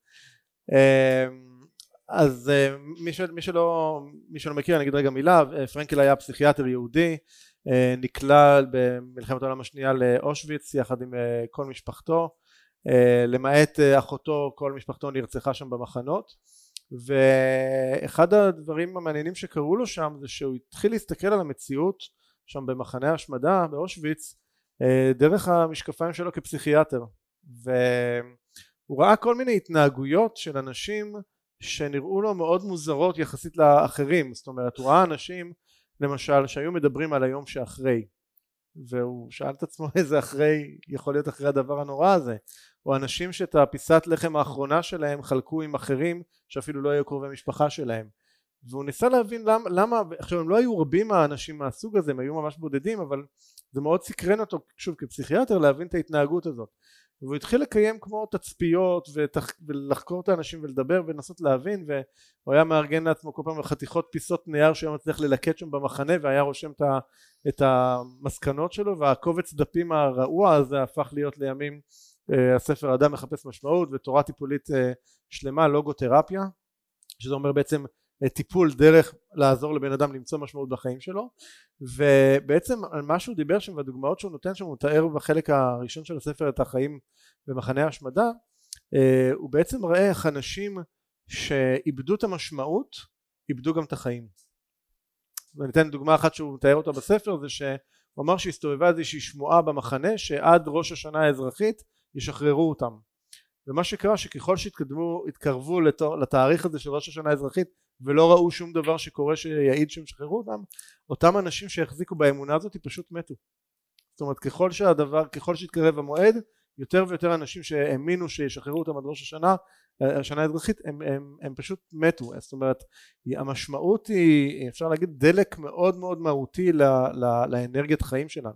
אז מי, של, מי, שלא, מי שלא מכיר, אני אגיד רגע מילה, פרנקל היה פסיכיאטר יהודי, נקלע במלחמת העולם השנייה לאושוויץ יחד עם כל משפחתו, למעט אחותו כל משפחתו נרצחה שם במחנות, ואחד הדברים המעניינים שקרו לו שם זה שהוא התחיל להסתכל על המציאות שם במחנה השמדה באושוויץ דרך המשקפיים שלו כפסיכיאטר, והוא ראה כל מיני התנהגויות של אנשים שנראו לו מאוד מוזרות יחסית לאחרים. זאת אומרת, הוא ראה אנשים למשל שהיו מדברים על היום שאחרי, והוא שאל את עצמו איזה אחרי יכול להיות אחרי הדבר הנורא הזה, או אנשים שאת הפיסת לחם האחרונה שלהם חלקו עם אחרים שאפילו לא היו קרובי משפחה שלהם, והוא ניסה להבין למה, למה עכשיו הם לא היו רבים האנשים מהסוג הזה, הם היו ממש בודדים, אבל זה מאוד סקרן אותו שוב כפסיכיאטר להבין את ההתנהגות הזאת, והוא התחיל לקיים כמו תצפיות ולחקור את האנשים ולדבר ולנסות להבין, והוא היה מארגן לעצמו כל פעם חתיכות פיסות נייר שהיה מצליח ללקט שם במחנה והיה רושם את המסקנות שלו, והקובץ דפים הרעוע הזה הפך להיות לימים הספר אדם מחפש משמעות ותורה טיפולית שלמה, לוגותרפיה, שזה אומר בעצם טיפול דרך לעזור לבן אדם למצוא משמעות בחיים שלו. ובעצם על מה שהוא דיבר שם והדוגמאות שהוא נותן שם, הוא מתאר בחלק הראשון של הספר את החיים במחנה השמדה, הוא בעצם ראה איך אנשים שאיבדו את המשמעות איבדו גם את החיים. ואני אתן דוגמה אחת שהוא מתאר אותה בספר, זה שהוא אמר שהסתובבה איזושהי שמועה במחנה שעד ראש השנה האזרחית ישחררו אותם, ומה שקרה שככל שהתקדמו התקרבו לתאריך הזה של ראש השנה האזרחית ולא ראו שום דבר שקורה שיעיד שהם שחררו אותם, אותם אנשים שהחזיקו באמונה הזאת פשוט מתו. זאת אומרת, ככל שהדבר, ככל שהתקרב המועד, יותר ויותר אנשים שהאמינו שישחררו אותם עד ראש השנה, השנה האזרחית, הם, הם, הם פשוט מתו. זאת אומרת, המשמעות היא, אפשר להגיד, דלק מאוד מאוד מהותי ל, ל, לאנרגיית חיים שלנו.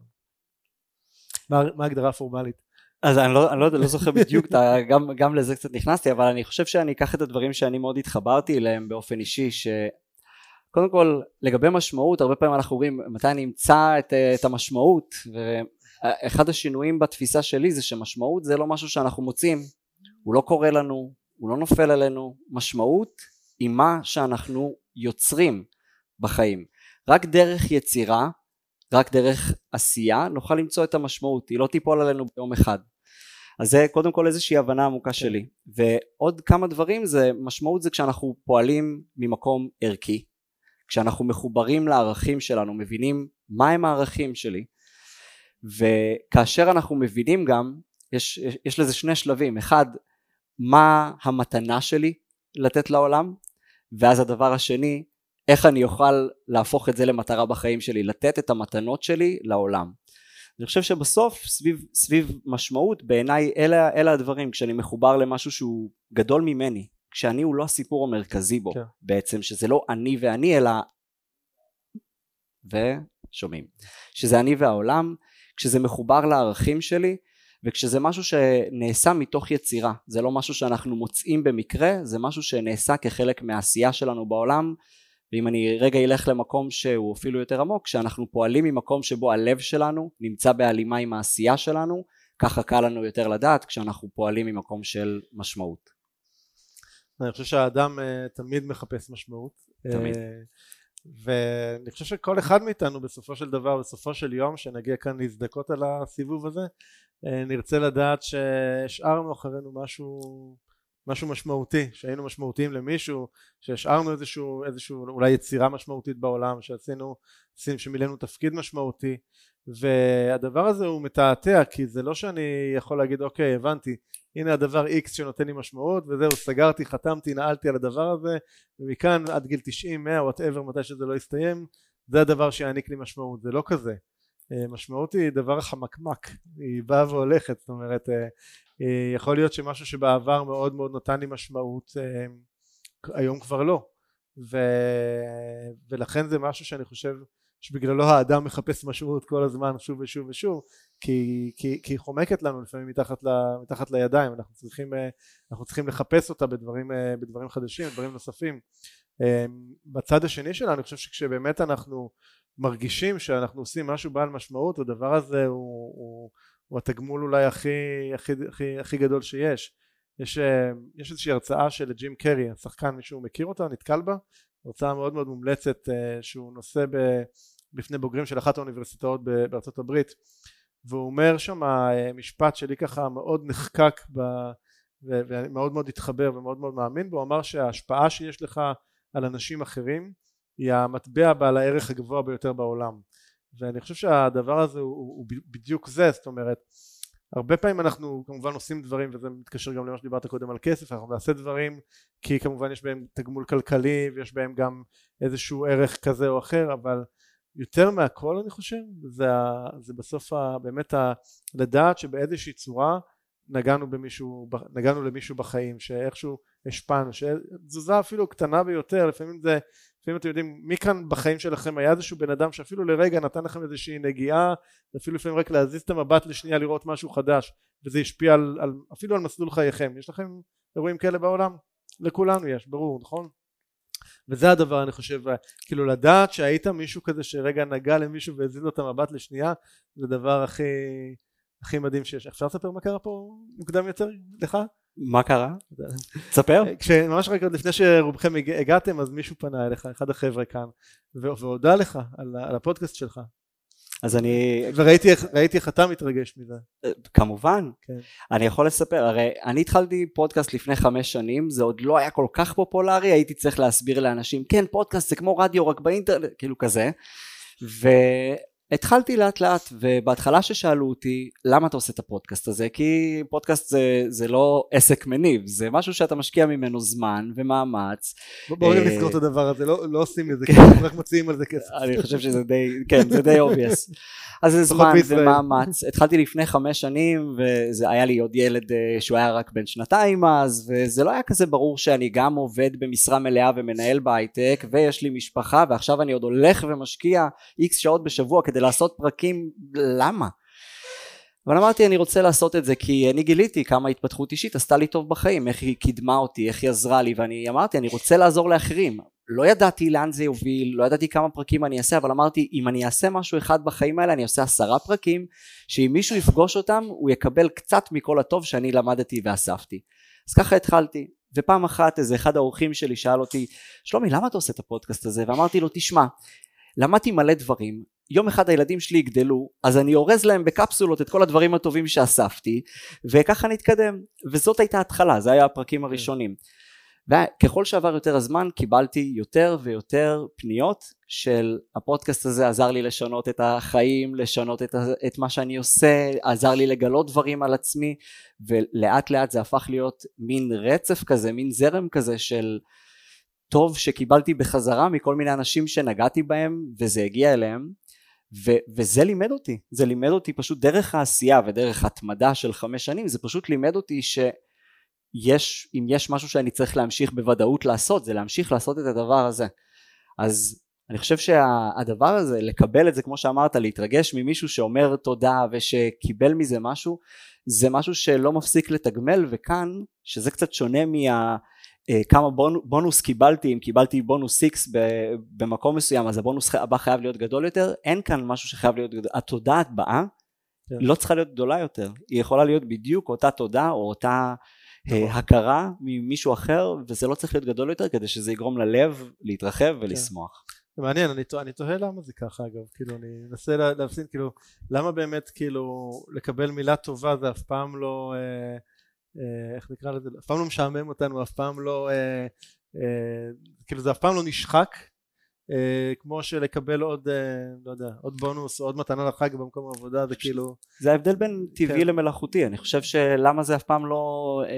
מה, מה ההגדרה הפורמלית? אז אני לא, אני לא, לא זוכר בדיוק, גם, גם לזה קצת נכנסתי, אבל אני חושב שאני אקח את הדברים שאני מאוד התחברתי אליהם באופן אישי, שקודם כל לגבי משמעות, הרבה פעמים אנחנו רואים מתי אני אמצא את, את המשמעות, ואחד השינויים בתפיסה שלי זה שמשמעות זה לא משהו שאנחנו מוצאים, הוא לא קורה לנו, הוא לא נופל עלינו, משמעות היא מה שאנחנו יוצרים בחיים, רק דרך יצירה, רק דרך עשייה נוכל למצוא את המשמעות, היא לא תיפול עלינו ביום אחד. אז זה קודם כל איזושהי הבנה עמוקה שלי. ועוד כמה דברים, זה משמעות זה כשאנחנו פועלים ממקום ערכי, כשאנחנו מחוברים לערכים שלנו, מבינים מה הם הערכים שלי, וכאשר אנחנו מבינים גם, יש, יש, יש לזה שני שלבים, אחד, מה המתנה שלי לתת לעולם, ואז הדבר השני, איך אני אוכל להפוך את זה למטרה בחיים שלי, לתת את המתנות שלי לעולם. אני חושב שבסוף סביב, סביב משמעות, בעיניי אלה, אלה הדברים, כשאני מחובר למשהו שהוא גדול ממני, כשאני הוא לא הסיפור המרכזי בו, כן. בעצם שזה לא אני ואני, אלא ושומעים, שזה אני והעולם, כשזה מחובר לערכים שלי, וכשזה משהו שנעשה מתוך יצירה, זה לא משהו שאנחנו מוצאים במקרה, זה משהו שנעשה כחלק מהעשייה שלנו בעולם, ואם אני רגע אלך למקום שהוא אפילו יותר עמוק, כשאנחנו פועלים ממקום שבו הלב שלנו נמצא בהלימה עם העשייה שלנו, ככה קל לנו יותר לדעת כשאנחנו פועלים ממקום של משמעות. אני חושב שהאדם תמיד מחפש משמעות. תמיד. ואני חושב שכל אחד מאיתנו בסופו של דבר, בסופו של יום, שנגיע כאן להזדקות על הסיבוב הזה, נרצה לדעת שהשארנו אחרינו משהו, משהו משמעותי, שהיינו משמעותיים למישהו, שהשארנו איזשהו, איזשהו אולי יצירה משמעותית בעולם, שעשינו, שמילאנו תפקיד משמעותי, והדבר הזה הוא מתעתע, כי זה לא שאני יכול להגיד אוקיי הבנתי, הנה הדבר X שנותן לי משמעות וזהו, סגרתי, חתמתי, נעלתי על הדבר הזה, ומכאן עד גיל תשעים, מאה, whatever, מתי שזה לא יסתיים, זה הדבר שיעניק לי משמעות. זה לא כזה. משמעות היא דבר חמקמק, היא באה והולכת, זאת אומרת, יכול להיות שמשהו שבעבר מאוד מאוד נותן לי משמעות, היום כבר לא, ו... ולכן זה משהו שאני חושב שבגללו האדם מחפש משמעות כל הזמן שוב ושוב ושוב, כי, כי, כי היא חומקת לנו לפעמים מתחת, ל, מתחת לידיים, אנחנו צריכים, אנחנו צריכים לחפש אותה בדברים, בדברים חדשים, בדברים נוספים. בצד השני שלה אני חושב שכשבאמת אנחנו מרגישים שאנחנו עושים משהו בעל משמעות, הדבר הזה הוא, הוא, הוא התגמול אולי הכי, הכי, הכי, הכי גדול שיש. יש, יש איזושהי הרצאה של ג'ים קרי, השחקן, מישהו מכיר אותה, נתקל בה, הרצאה מאוד מאוד מומלצת שהוא נושא בפני בוגרים של אחת האוניברסיטאות בארצות הברית, והוא אומר שם משפט שלי ככה מאוד נחקק ב, ומאוד מאוד התחבר ומאוד מאוד מאמין בו. הוא אמר שההשפעה שיש לך על אנשים אחרים היא המטבע בעל הערך הגבוה ביותר בעולם, ואני חושב שהדבר הזה הוא, הוא בדיוק זה. זאת אומרת, הרבה פעמים אנחנו כמובן עושים דברים, וזה מתקשר גם למה שדיברת קודם על כסף, אנחנו נעשה דברים כי כמובן יש בהם תגמול כלכלי ויש בהם גם איזשהו ערך כזה או אחר, אבל יותר מהכל אני חושב זה, זה בסוף באמת ה, לדעת שבאיזושהי צורה נגענו במישהו, נגענו למישהו בחיים, שאיכשהו השפענו, שתזוזה אפילו קטנה ביותר. לפעמים זה, לפעמים אתם יודעים מי כאן בחיים שלכם היה איזשהו בן אדם שאפילו לרגע נתן לכם איזושהי נגיעה, אפילו לפעמים רק להזיז את המבט לשנייה לראות משהו חדש, וזה ישפיע על, על, אפילו על מסלול חייכם. יש לכם אירועים כאלה בעולם? לכולנו יש, ברור, נכון? וזה הדבר אני חושב, כאילו לדעת שהיית מישהו כזה שרגע נגע למישהו והזיז לו את המבט לשנייה, זה דבר הכי הכי מדהים שיש. אפשר לספר מה קרה פה מוקדם יותר לך? מה קרה? תספר. כשממש רק לפני שרובכם הגעתם, אז מישהו פנה אליך, אחד החבר'ה כאן, והודע לך על, על הפודקאסט שלך. אז אני... וראיתי ראיתי איך אתה מתרגש מזה. כמובן. כן. אני יכול לספר, הרי אני התחלתי פודקאסט לפני חמש שנים, זה עוד לא היה כל כך פופולרי, הייתי צריך להסביר לאנשים, כן, פודקאסט זה כמו רדיו רק באינטרנט, כאילו כזה. ו... התחלתי לאט לאט, ובהתחלה ששאלו אותי למה אתה עושה את הפודקאסט הזה, כי פודקאסט זה, זה לא עסק מניב, זה משהו שאתה משקיע ממנו זמן ומאמץ. בואו נסגור את הדבר הזה, לא, לא עושים את זה כסף, רק מציעים על זה כסף. אני חושב שזה די, כן, זה די obvious. אז זה זמן ומאמץ. התחלתי לפני חמש שנים, וזה היה לי עוד ילד שהוא היה רק בן שנתיים אז, וזה לא היה כזה ברור שאני גם עובד במשרה מלאה ומנהל בהייטק, ויש לי משפחה, ועכשיו אני עוד הולך ומשקיע איקס שעות בשבוע כדי לעשות פרקים. למה? אבל אמרתי אני רוצה לעשות את זה כי אני גיליתי כמה התפתחות אישית עשתה לי טוב בחיים, איך היא קידמה אותי, איך היא עזרה לי, ואני אמרתי אני רוצה לעזור לאחרים. לא ידעתי לאן זה יוביל, לא ידעתי כמה פרקים אני אעשה, אבל אמרתי אם אני אעשה משהו אחד בחיים האלה אני אעשה עשרה פרקים, שאם מישהו יפגוש אותם הוא יקבל קצת מכל הטוב שאני למדתי ואספתי. אז ככה התחלתי. ופעם אחת איזה אחד האורחים שלי שאל אותי, שלומי למה אתה עושה את הפודקאסט הזה? ואמרתי לו תשמע, למדתי מלא דברים, יום אחד הילדים שלי יגדלו, אז אני אורז להם בקפסולות את כל הדברים הטובים שאספתי, וככה נתקדם, וזאת הייתה התחלה, זה היה הפרקים הראשונים. וככל שעבר יותר הזמן קיבלתי יותר ויותר פניות של הפודקאסט הזה עזר לי לשנות את החיים, לשנות את, את מה שאני עושה, עזר לי לגלות דברים על עצמי, ולאט לאט זה הפך להיות מין רצף כזה, מין זרם כזה של טוב שקיבלתי בחזרה מכל מיני אנשים שנגעתי בהם וזה הגיע אליהם, ו- וזה לימד אותי, זה לימד אותי פשוט דרך העשייה ודרך התמדה של חמש שנים, זה פשוט לימד אותי ש... יש, אם יש משהו שאני צריך להמשיך בוודאות לעשות, זה להמשיך לעשות את הדבר הזה. אז אני חושב שהדבר הזה, לקבל את זה, כמו שאמרת, להתרגש ממישהו שאומר תודה ושקיבל מזה משהו, זה משהו שלא מפסיק לתגמל, וכאן, שזה קצת שונה מה... כמה בונוס קיבלתי, אם קיבלתי בונוס איקס במקום מסוים, אז הבונוס הבא חייב להיות גדול יותר, אין כאן משהו שחייב להיות גדול, התודה הבאה לא צריכה להיות גדולה יותר, היא יכולה להיות בדיוק אותה תודה או אותה הכרה ממישהו אחר, וזה לא צריך להיות גדול יותר כדי שזה יגרום ללב להתרחב ולשמוח. זה מעניין, אני תוהה למה זה ככה אגב, כאילו אני אנסה להפסין, כאילו למה באמת כאילו לקבל מילה טובה זה אף פעם לא, איך נקרא לזה, אף פעם לא משעמם אותנו, אף פעם לא, כאילו זה אף פעם לא נשחק, כמו שלקבל עוד, לא יודע, עוד בונוס או עוד מתנה לחג במקום העבודה, זה כאילו... זה ההבדל בין טבעי למלאכותי, אני חושב שלמה זה אף פעם לא...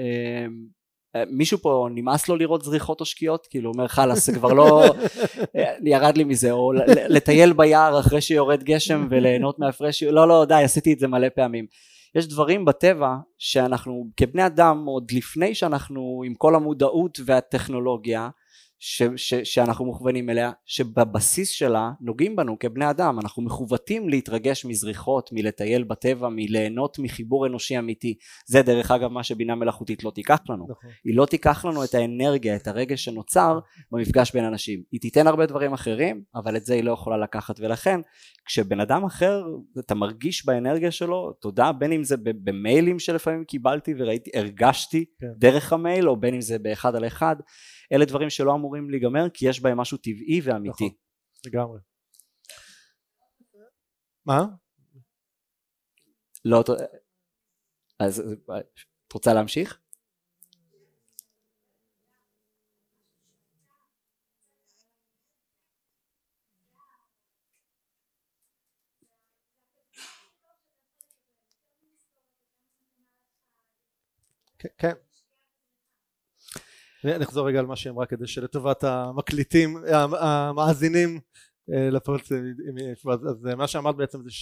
מישהו פה נמאס לו לראות זריחות או שקיעות, כאילו אומר חלס, זה כבר לא... ירד לי מזה, או לטייל ביער אחרי שיורד גשם וליהנות מהפרש... לא, לא, די, עשיתי את זה מלא פעמים. יש דברים בטבע שאנחנו כבני אדם, עוד לפני שאנחנו עם כל המודעות והטכנולוגיה, ש, ש, שאנחנו מוכוונים אליה, שבבסיס שלה נוגעים בנו כבני אדם, אנחנו מכוותים להתרגש מזריחות, מלטייל בטבע, מליהנות מחיבור אנושי אמיתי. זה דרך אגב מה שבינה מלאכותית לא תיקח לנו. נכון. היא לא תיקח לנו את האנרגיה, את הרגש שנוצר במפגש בין אנשים. היא תיתן הרבה דברים אחרים, אבל את זה היא לא יכולה לקחת, ולכן כשבן אדם אחר אתה מרגיש באנרגיה שלו, תודה, בין אם זה במיילים שלפעמים קיבלתי וראיתי, הרגשתי כן. דרך המייל, או בין אם זה באחד על אחד, אלה דברים שלא אמורים להיגמר, כי יש בהם משהו טבעי ואמיתי. נכון, לגמרי. מה? לא, אז את רוצה להמשיך? כן. נחזור רגע על מה שהיא אמרה כדי שלטובת המקליטים, המאזינים לפודקאסט, אז מה שאמרת בעצם זה ש,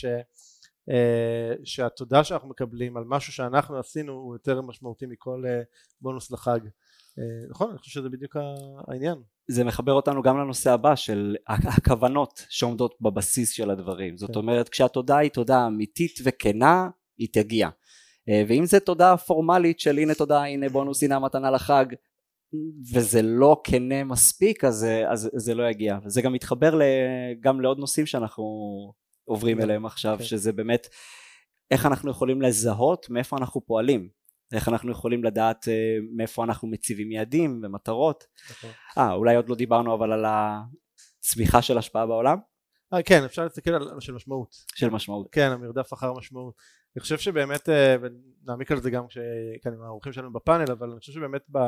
שהתודה שאנחנו מקבלים על משהו שאנחנו עשינו הוא יותר משמעותי מכל בונוס לחג. נכון? אני חושב שזה בדיוק העניין. זה מחבר אותנו גם לנושא הבא של הכוונות שעומדות בבסיס של הדברים. זאת אומרת, כשהתודה היא תודה אמיתית וכנה, היא תגיע. ואם זה תודה פורמלית של הנה תודה, הנה בונוס, הנה מתנה לחג, וזה לא כנה מספיק, אז, אז זה לא יגיע. וזה גם מתחבר גם לעוד נושאים שאנחנו עוברים אליהם עכשיו, שזה באמת איך אנחנו יכולים לזהות מאיפה אנחנו פועלים, איך אנחנו יכולים לדעת מאיפה אנחנו מציבים יעדים ומטרות. אה, אולי עוד לא דיברנו אבל על הצמיחה של השפעה בעולם? כן, אפשר להסתכל על של משמעות. של משמעות. כן, המרדף אחר משמעות. אני חושב שבאמת, ונעמיק על זה גם כשכאן עם האורחים שלנו בפאנל, אבל אני חושב שבאמת ב...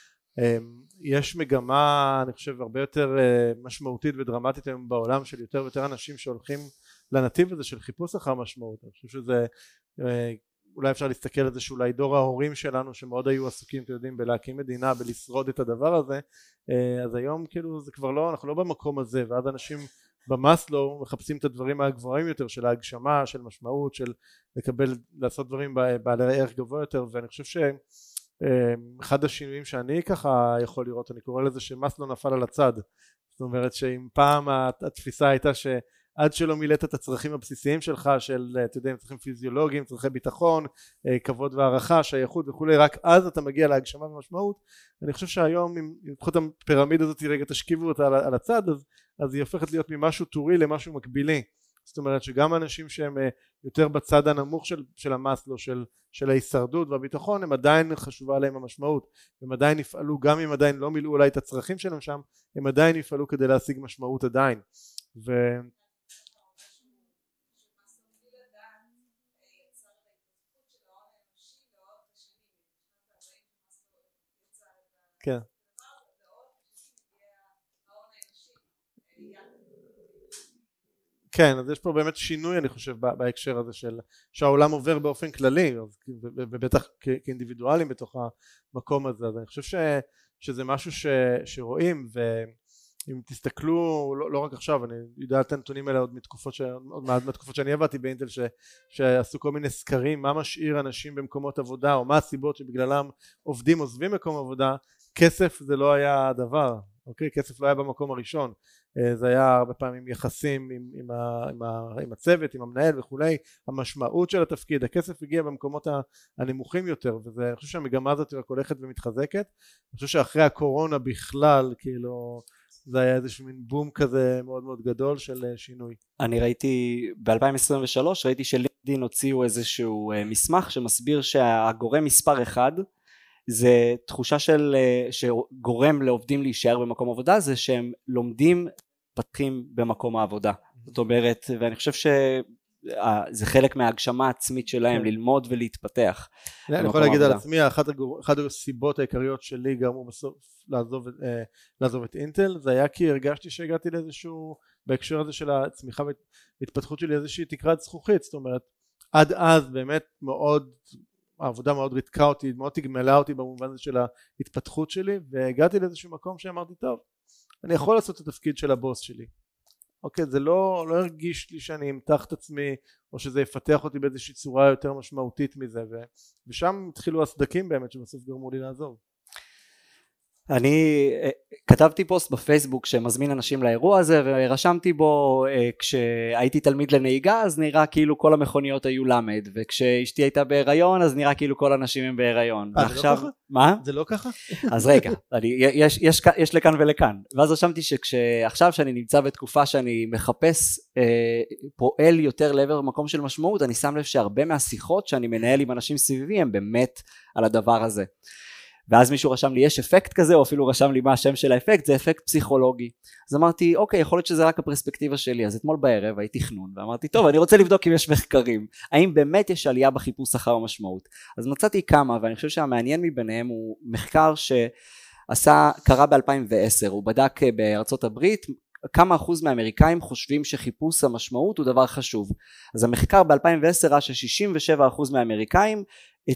יש מגמה, אני חושב, הרבה יותר משמעותית ודרמטית היום בעולם של יותר ויותר אנשים שהולכים לנתיב הזה של חיפוש אחר משמעות. אני חושב שזה, אולי אפשר להסתכל על זה שאולי דור ההורים שלנו שמאוד היו עסוקים, אתם יודעים, בלהקים מדינה, בלשרוד את הדבר הזה, אז היום כאילו זה כבר לא, אנחנו לא במקום הזה, ואז אנשים במאסלו מחפשים את הדברים הגבוהים יותר של ההגשמה, של משמעות, של לקבל, לעשות דברים בעלי ערך גבוה יותר, ואני חושב ש... אחד השינויים שאני ככה יכול לראות, אני קורא לזה שמאסלו נפל על הצד. זאת אומרת שאם פעם התפיסה הייתה שעד שלא מילאת את הצרכים הבסיסיים שלך, של אתה יודע, צרכים פיזיולוגיים, צרכי ביטחון, כבוד והערכה, שייכות וכולי, רק אז אתה מגיע להגשמה ומשמעות. אני חושב שהיום אם תקחו את הפירמידה הזאת רגע, תשכיבו אותה על, על הצד, אז, אז היא הופכת להיות ממשהו טורי למשהו מקבילי. זאת אומרת שגם אנשים שהם יותר בצד הנמוך של, של המאסלו, של, של ההישרדות והביטחון, הם עדיין חשובה להם המשמעות, הם עדיין יפעלו, גם אם עדיין לא מילאו אולי את הצרכים שלהם שם, הם עדיין יפעלו כדי להשיג משמעות עדיין. ו... כן. כן, אז יש פה באמת שינוי אני חושב בהקשר הזה של שהעולם עובר באופן כללי ובטח כאינדיבידואלים בתוך המקום הזה, אז אני חושב ש, שזה משהו ש, שרואים, ואם תסתכלו לא, לא רק עכשיו, אני יודע את הנתונים האלה עוד מתקופות, ש, עוד מעט מהתקופות שאני עבדתי באינטל ש, שעשו כל מיני סקרים מה משאיר אנשים במקומות עבודה או מה הסיבות שבגללם עובדים עוזבים מקום עבודה, כסף זה לא היה הדבר, אוקיי? כסף לא היה במקום הראשון, זה היה הרבה פעמים יחסים עם, עם, ה, עם, ה, עם הצוות, עם המנהל וכולי, המשמעות של התפקיד, הכסף הגיע במקומות הנמוכים יותר, וזה, אני חושב שהמגמה הזאת רק הולכת ומתחזקת. אני חושב שאחרי הקורונה בכלל, כאילו, זה היה איזשהו מין בום כזה מאוד מאוד גדול של שינוי. אני ראיתי, ב-אלפיים עשרים ושלוש ראיתי שלינקדין הוציאו איזשהו מסמך שמסביר שהגורם מספר אחד, זה תחושה של שגורם לעובדים להישאר במקום עבודה, זה שהם לומדים פתחים במקום העבודה. זאת אומרת, ואני חושב שזה חלק מההגשמה העצמית שלהם, ללמוד ולהתפתח. אני יכול להגיד על עצמי, אחת הסיבות העיקריות שלי גרמו בסוף לעזוב את אינטל, זה היה כי הרגשתי שהגעתי לאיזשהו, בהקשר הזה של הצמיחה והתפתחות שלי, איזושהי תקרת זכוכית. זאת אומרת, עד אז באמת מאוד העבודה מאוד ריתקה אותי, מאוד תגמלה אותי במובן הזה של ההתפתחות שלי, והגעתי לאיזשהו מקום שאמרתי, טוב, אני יכול לעשות את התפקיד של הבוס שלי. אוקיי, זה לא, לא הרגיש לי שאני אמתח את עצמי, או שזה יפתח אותי באיזושהי צורה יותר משמעותית מזה, ו, ושם התחילו הסדקים באמת שבסוף גרמו לי לעזוב. אני כתבתי פוסט בפייסבוק שמזמין אנשים לאירוע הזה, ורשמתי בו כשהייתי תלמיד לנהיגה אז נראה כאילו כל המכוניות היו למד, וכשאשתי הייתה בהיריון אז נראה כאילו כל הנשים הם בהיריון. אה, זה לא ככה? מה? זה לא ככה? אז רגע, אני, יש, יש, יש לכאן ולכאן, ואז רשמתי שכשעכשיו שאני נמצא בתקופה שאני מחפש אה, פועל יותר לעבר מקום של משמעות, אני שם לב שהרבה מהשיחות שאני מנהל עם אנשים סביבי הם באמת על הדבר הזה. ואז מישהו רשם לי יש אפקט כזה, או אפילו רשם לי מה השם של האפקט, זה אפקט פסיכולוגי. אז אמרתי אוקיי, יכול להיות שזה רק הפרספקטיבה שלי. אז אתמול בערב הייתי תכנון ואמרתי טוב, אני רוצה לבדוק אם יש מחקרים, האם באמת יש עלייה בחיפוש אחר המשמעות. אז מצאתי כמה, ואני חושב שהמעניין מביניהם הוא מחקר שעשה, קרה ב-אלפיים ועשר, הוא בדק בארצות הברית כמה אחוז מהאמריקאים חושבים שחיפוש המשמעות הוא דבר חשוב. אז המחקר ב-אלפיים ועשר ראה ש-שישים ושבעה אחוז מהאמריקאים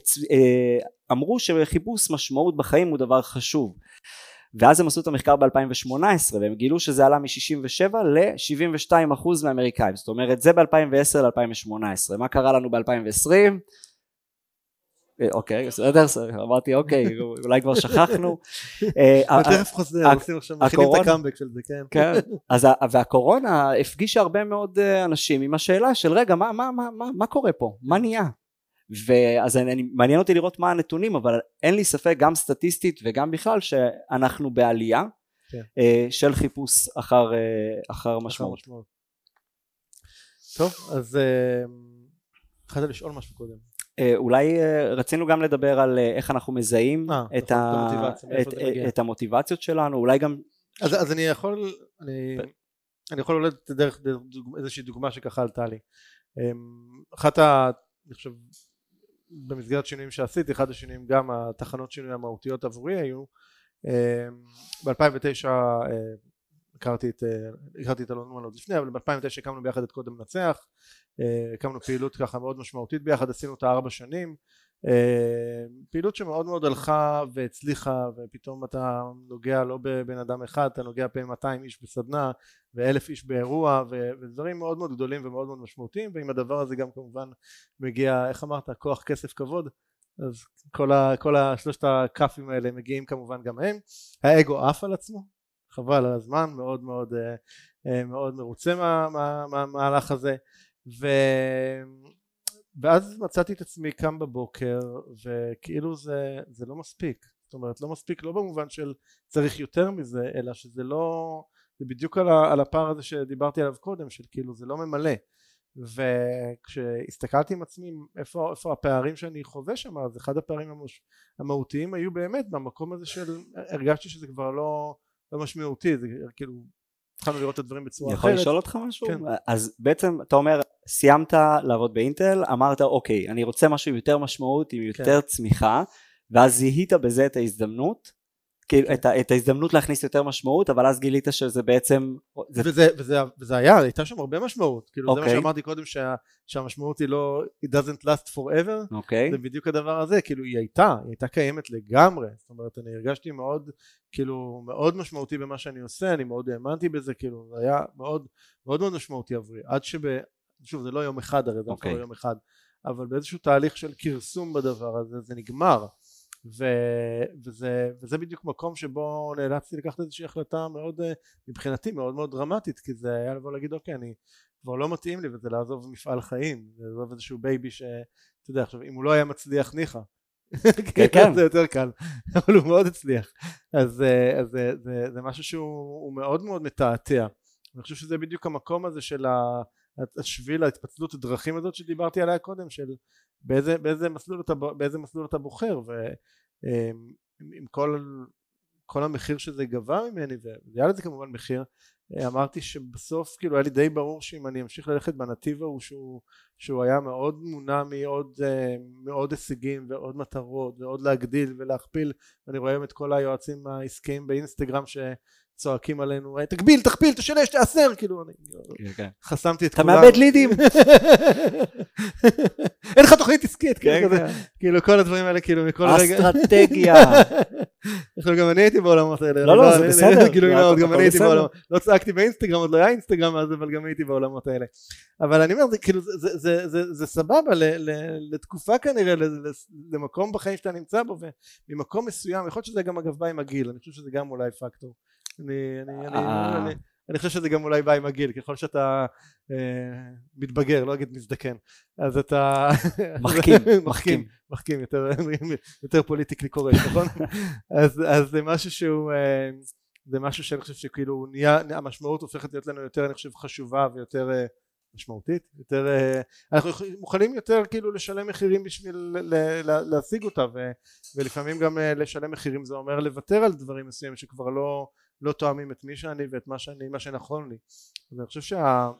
אמרו שחיפוש משמעות בחיים הוא דבר חשוב, ואז הם עשו את המחקר ב-אלפיים שמונה עשרה והם גילו שזה עלה מ-שישים ושבע ל-שבעים ושתיים אחוז מהאמריקאים. זאת אומרת זה ב-אלפיים ועשר ל-אלפיים שמונה עשרה. מה קרה לנו ב-אלפיים ועשרים? אוקיי, בסדר, אמרתי אוקיי, אולי כבר שכחנו. תכף חוזר, מכינים את הקאמבק של זה, כן. כן, והקורונה הפגישה הרבה מאוד אנשים עם השאלה של רגע, מה קורה פה? מה נהיה? ואז אני, מעניין אותי לראות מה הנתונים, אבל אין לי ספק גם סטטיסטית וגם בכלל שאנחנו בעלייה כן. של חיפוש אחר, אחר משמעות. משמעות. טוב, אז התחלת לשאול משהו קודם. אולי רצינו גם לדבר על איך אנחנו מזהים 아, את, ה... המוטיבציה, את, את המוטיבציות שלנו, אולי גם... אז, אז אני יכול, אני, אני יכול אולי דרך, דרך איזושהי דוגמה שככה עלתה לי. אחת ה... אני חושב במסגרת שינויים שעשיתי, אחד השינויים גם התחנות שינוי המהותיות עבורי היו ב-אלפיים ותשע הכרתי את הכרתי את אלון עוד לפני, אבל ב-אלפיים ותשע הקמנו ביחד את קוד המנצח, הקמנו פעילות ככה מאוד משמעותית ביחד, עשינו אותה ארבע שנים, פעילות שמאוד מאוד הלכה והצליחה, ופתאום אתה נוגע לא בבן אדם אחד, אתה נוגע פעם מאתיים איש בסדנה ואלף איש באירוע, ודברים מאוד מאוד גדולים ומאוד מאוד משמעותיים, ועם הדבר הזה גם כמובן מגיע, איך אמרת, כוח כסף כבוד, אז כל, ה, כל השלושת הקאפים האלה מגיעים כמובן גם הם, האגו עף על עצמו, חבל על הזמן, מאוד מאוד מאוד מרוצה מהמהלך הזה, ו... ואז מצאתי את עצמי קם בבוקר וכאילו זה, זה לא מספיק, זאת אומרת לא מספיק לא במובן של צריך יותר מזה, אלא שזה לא, זה בדיוק על, ה, על הפער הזה שדיברתי עליו קודם, של כאילו זה לא ממלא. וכשהסתכלתי עם עצמי איפה, איפה הפערים שאני חווה שם, אז אחד הפערים המוש, המהותיים היו באמת במקום הזה של הרגשתי שזה כבר לא, לא משמעותי, זה כאילו התחלנו לראות את הדברים בצורה אחרת. יכול לשאול אותך משהו? כן. אז בעצם אתה אומר, סיימת לעבוד באינטל, אמרת אוקיי, אני רוצה משהו יותר משמעות, עם יותר כן. צמיחה, ואז זיהית בזה את ההזדמנות, כאילו, את, את ההזדמנות להכניס יותר משמעות, אבל אז גילית שזה בעצם... זה... וזה, וזה, וזה היה, הייתה שם הרבה משמעות, כאילו okay. זה מה שאמרתי קודם, שה, שהמשמעות היא לא, it doesn't last forever, okay. זה בדיוק הדבר הזה, כאילו היא הייתה, היא הייתה קיימת לגמרי, זאת אומרת, אני הרגשתי מאוד, כאילו, מאוד משמעותי במה שאני עושה, אני מאוד האמנתי בזה, כאילו, זה היה מאוד, מאוד מאוד משמעותי עבורי, עד שב... שוב, זה לא יום אחד, הרי זה okay. לא יום אחד, אבל באיזשהו תהליך של כרסום בדבר הזה, זה נגמר. ו, וזה, וזה בדיוק מקום שבו נאלצתי לקחת איזושהי החלטה מאוד, מבחינתי מאוד מאוד דרמטית, כי זה היה לבוא להגיד אוקיי, אני כבר לא מתאים לי, וזה לעזוב מפעל חיים, לעזוב איזשהו בייבי שאתה יודע, עכשיו אם הוא לא היה מצליח ניחא, כן, זה יותר קל, אבל הוא מאוד הצליח, אז, אז זה, זה, זה משהו שהוא מאוד מאוד מתעתע. אני חושב שזה בדיוק המקום הזה של השביל, ההתפצלות הדרכים הזאת שדיברתי עליה קודם, של באיזה, באיזה מסלול אתה, באיזה מסלול אתה בוחר, ועם כל, כל המחיר שזה גבה ממני, והיה לזה כמובן מחיר, אמרתי שבסוף כאילו היה לי די ברור שאם אני אמשיך ללכת בנתיב ההוא שהוא, שהוא היה מאוד מונע מעוד, מעוד הישגים ועוד מטרות ועוד להגדיל ולהכפיל, ואני רואה את כל היועצים העסקיים באינסטגרם שצועקים עלינו תגביל, תכפיל, תשלש, תעשר, כאילו אני חסמתי את כולם. אתה מאבד לידים. אין לך תוכנית עסקית, כאילו כל הדברים האלה כאילו מכל רגע. אסטרטגיה. גם אני הייתי בעולמות האלה. לא, לא, זה בסדר. גם אני הייתי בעולמות. לא צעקתי באינסטגרם, עוד לא היה אינסטגרם אז, אבל גם הייתי בעולמות האלה. אבל אני אומר, כאילו, זה סבבה לתקופה כנראה, למקום בחיים שאתה נמצא בו, וממקום מסוים, יכול להיות שזה גם אגב בא עם הגיל, אני חושב שזה גם אולי פקטור. אני חושב שזה גם אולי בא עם הגיל, ככל שאתה מתבגר, לא אגיד מזדקן, אז אתה... מחכים, מחכים. מחכים, יותר פוליטיקלי קורקט, נכון? אז זה משהו שהוא... זה משהו שאני חושב שכאילו נהיה, המשמעות הופכת להיות לנו יותר, אני חושב, חשובה ויותר משמעותית, יותר, אנחנו מוכנים יותר כאילו לשלם מחירים בשביל להשיג אותה, ולפעמים גם לשלם מחירים זה אומר לוותר על דברים מסוימים שכבר לא, לא תואמים את מי שאני ואת מה שאני, מה שנכון לי. אז אני חושב שה...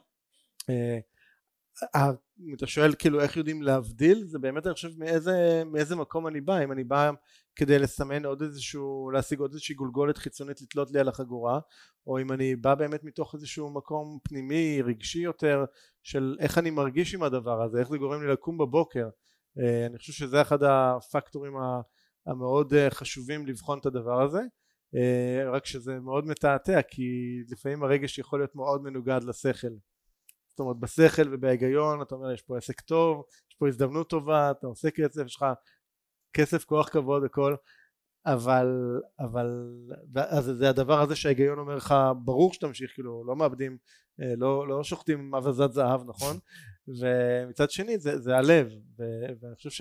אם אתה שואל כאילו איך יודעים להבדיל, זה באמת אני חושב מאיזה, מאיזה מקום אני בא, אם אני בא כדי לסמן עוד איזשהו, להשיג עוד איזושהי גולגולת חיצונית לתלות לי על החגורה, או אם אני בא באמת מתוך איזשהו מקום פנימי, רגשי יותר, של איך אני מרגיש עם הדבר הזה, איך זה גורם לי לקום בבוקר. אני חושב שזה אחד הפקטורים המאוד חשובים לבחון את הדבר הזה, רק שזה מאוד מתעתע, כי לפעמים הרגש יכול להיות מאוד מנוגד לשכל. זאת אומרת בשכל ובהיגיון אתה אומר יש פה עסק טוב, יש פה הזדמנות טובה, אתה עושה כסף, יש לך כסף, כוח, כבוד, הכל, אבל אבל אז זה הדבר הזה שההיגיון אומר לך ברור שתמשיך, כאילו לא מאבדים, לא, לא שוחטים אבזת זהב, נכון? ומצד שני זה, זה הלב, ואני חושב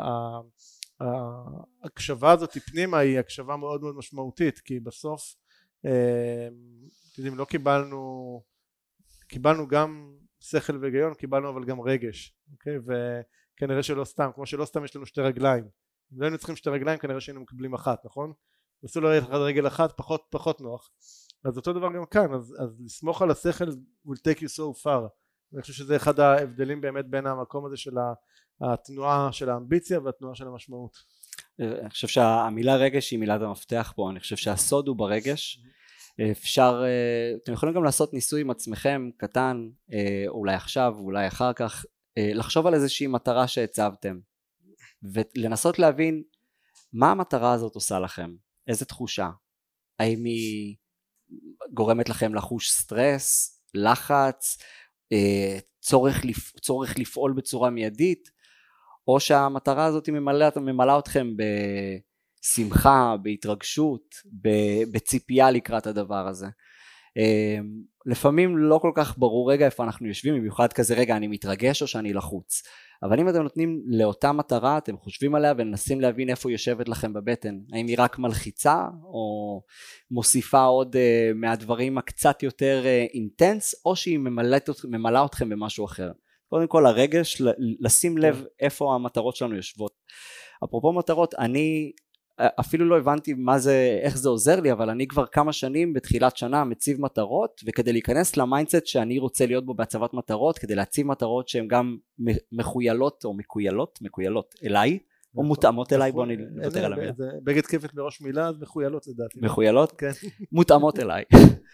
שההקשבה הזאת פנימה היא הקשבה מאוד מאוד משמעותית, כי בסוף אתם יודעים לא קיבלנו קיבלנו גם שכל והיגיון, קיבלנו אבל גם רגש, אוקיי? וכנראה שלא סתם, כמו שלא סתם יש לנו שתי רגליים, אם לא היינו צריכים שתי רגליים כנראה שהיינו מקבלים אחת, נכון? נסו לא ראיתי לך רגל אחת, פחות פחות נוח, אז אותו דבר גם כאן, אז, אז לסמוך על השכל will take you so far. אני חושב שזה אחד ההבדלים באמת בין המקום הזה של התנועה של האמביציה והתנועה של המשמעות. אני חושב שהמילה רגש היא מילת המפתח פה, אני חושב שהסוד הוא ברגש. אפשר, אתם יכולים גם לעשות ניסוי עם עצמכם קטן, אולי עכשיו, אולי אחר כך, לחשוב על איזושהי מטרה שהצבתם ולנסות להבין מה המטרה הזאת עושה לכם, איזה תחושה, האם היא גורמת לכם לחוש סטרס, לחץ, צורך, לפ... צורך לפעול בצורה מיידית, או שהמטרה הזאת ממלאה, ממלאה אתכם בשמחה, בהתרגשות, בציפייה לקראת הדבר הזה. לפעמים לא כל כך ברור רגע איפה אנחנו יושבים, במיוחד כזה רגע אני מתרגש או שאני לחוץ, אבל אם אתם נותנים לאותה מטרה, אתם חושבים עליה ומנסים להבין איפה יושבת לכם בבטן, האם היא רק מלחיצה או מוסיפה עוד uh, מהדברים הקצת יותר uh, אינטנס, או שהיא ממלאת, ממלאה אתכם במשהו אחר. קודם כל הרגש, לשים לב איפה המטרות שלנו יושבות. אפרופו מטרות, אני אפילו לא הבנתי מה זה, איך זה עוזר לי, אבל אני כבר כמה שנים בתחילת שנה מציב מטרות, וכדי להיכנס למיינדסט שאני רוצה להיות בו בהצבת מטרות, כדי להציב מטרות שהן גם מחוילות או מקוילות, מקוילות אליי, או מותאמות אליי, בוא נוותר על המילה. בגד כיפת בראש מילה, אז מחוילות לדעתי. מחוילות? כן. מותאמות אליי.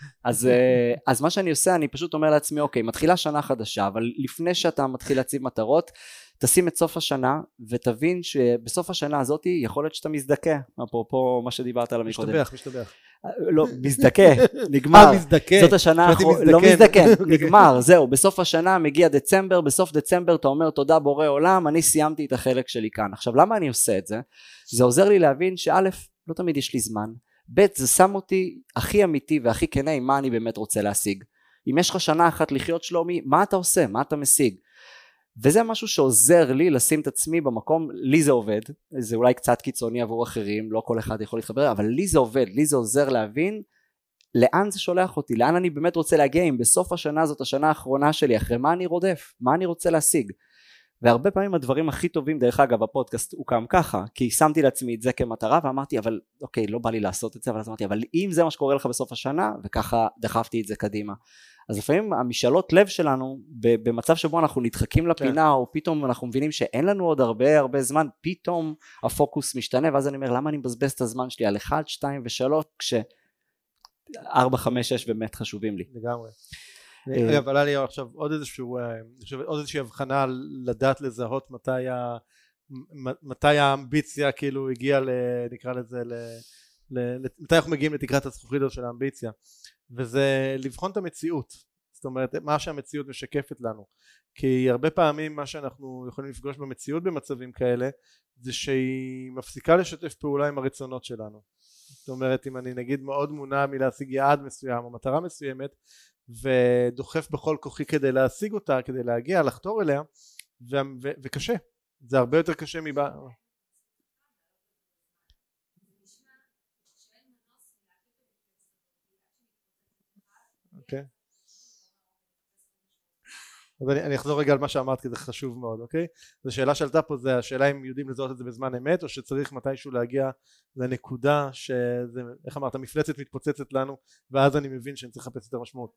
אז מה שאני עושה, אני פשוט אומר לעצמי, אוקיי, מתחילה שנה חדשה, אבל לפני שאתה מתחיל להציב מטרות, תשים את סוף השנה ותבין שבסוף השנה הזאת יכול להיות שאתה מזדכה, אפרופו מה שדיברת על המקודם. משתבח, משתבח. לא, מזדכה, נגמר. זאת השנה האחרונה, לא מזדכה, נגמר, זהו, בסוף השנה מגיע דצמבר, בסוף דצמבר אתה אומר תודה בורא עולם, אני סיימתי את החלק שלי כאן. עכשיו למה אני עושה את זה? זה עוזר לי להבין שא', לא תמיד יש לי זמן, ב', זה שם אותי הכי אמיתי והכי כנה עם מה אני באמת רוצה להשיג. אם יש לך שנה אחת לחיות שלומי, מה אתה עושה? מה אתה משיג? וזה משהו שעוזר לי לשים את עצמי במקום, לי זה עובד, זה אולי קצת קיצוני עבור אחרים, לא כל אחד יכול להתחבר, אבל לי זה עובד, לי זה עוזר להבין לאן זה שולח אותי, לאן אני באמת רוצה להגיע, אם בסוף השנה הזאת, השנה האחרונה שלי, אחרי מה אני רודף, מה אני רוצה להשיג. והרבה פעמים הדברים הכי טובים, דרך אגב הפודקאסט הוא קם ככה, כי שמתי לעצמי את זה כמטרה ואמרתי, אבל אוקיי, לא בא לי לעשות את זה, אבל אז אמרתי, אבל אם זה מה שקורה לך בסוף השנה, וככה דחפתי את זה קדימה. אז לפעמים המשאלות לב שלנו, במצב שבו אנחנו נדחקים לפינה, או פתאום אנחנו מבינים שאין לנו עוד הרבה הרבה זמן, פתאום הפוקוס משתנה, ואז אני אומר, למה אני מבזבז את הזמן שלי על אחד, שתיים ושלוש, כש ארבע, חמש, שש באמת חשובים לי. לגמרי. אגב, עלה לי עכשיו עוד איזשהו, עוד איזושהי הבחנה לדעת לזהות מתי ה... מתי האמביציה כאילו הגיעה, נקרא לזה, מתי אנחנו מגיעים לתקרת הזכוכית של האמביציה, וזה לבחון את המציאות, זאת אומרת מה שהמציאות משקפת לנו, כי הרבה פעמים מה שאנחנו יכולים לפגוש במציאות במצבים כאלה זה שהיא מפסיקה לשתף פעולה עם הרצונות שלנו. זאת אומרת אם אני נגיד מאוד מונע מלהשיג יעד מסוים או מטרה מסוימת ודוחף בכל כוחי כדי להשיג אותה, כדי להגיע, לחתור אליה, ו- ו- וקשה, זה הרבה יותר קשה מבא... אוקיי. אז אני, אני אחזור רגע על מה שאמרת כי זה חשוב מאוד, אוקיי? זו שאלה שעלתה פה, זה השאלה אם יודעים לזהות את זה בזמן אמת או שצריך מתישהו להגיע לנקודה שזה, איך אמרת, מפלצת מתפוצצת לנו ואז אני מבין שאני צריך לחפש יותר משמעות.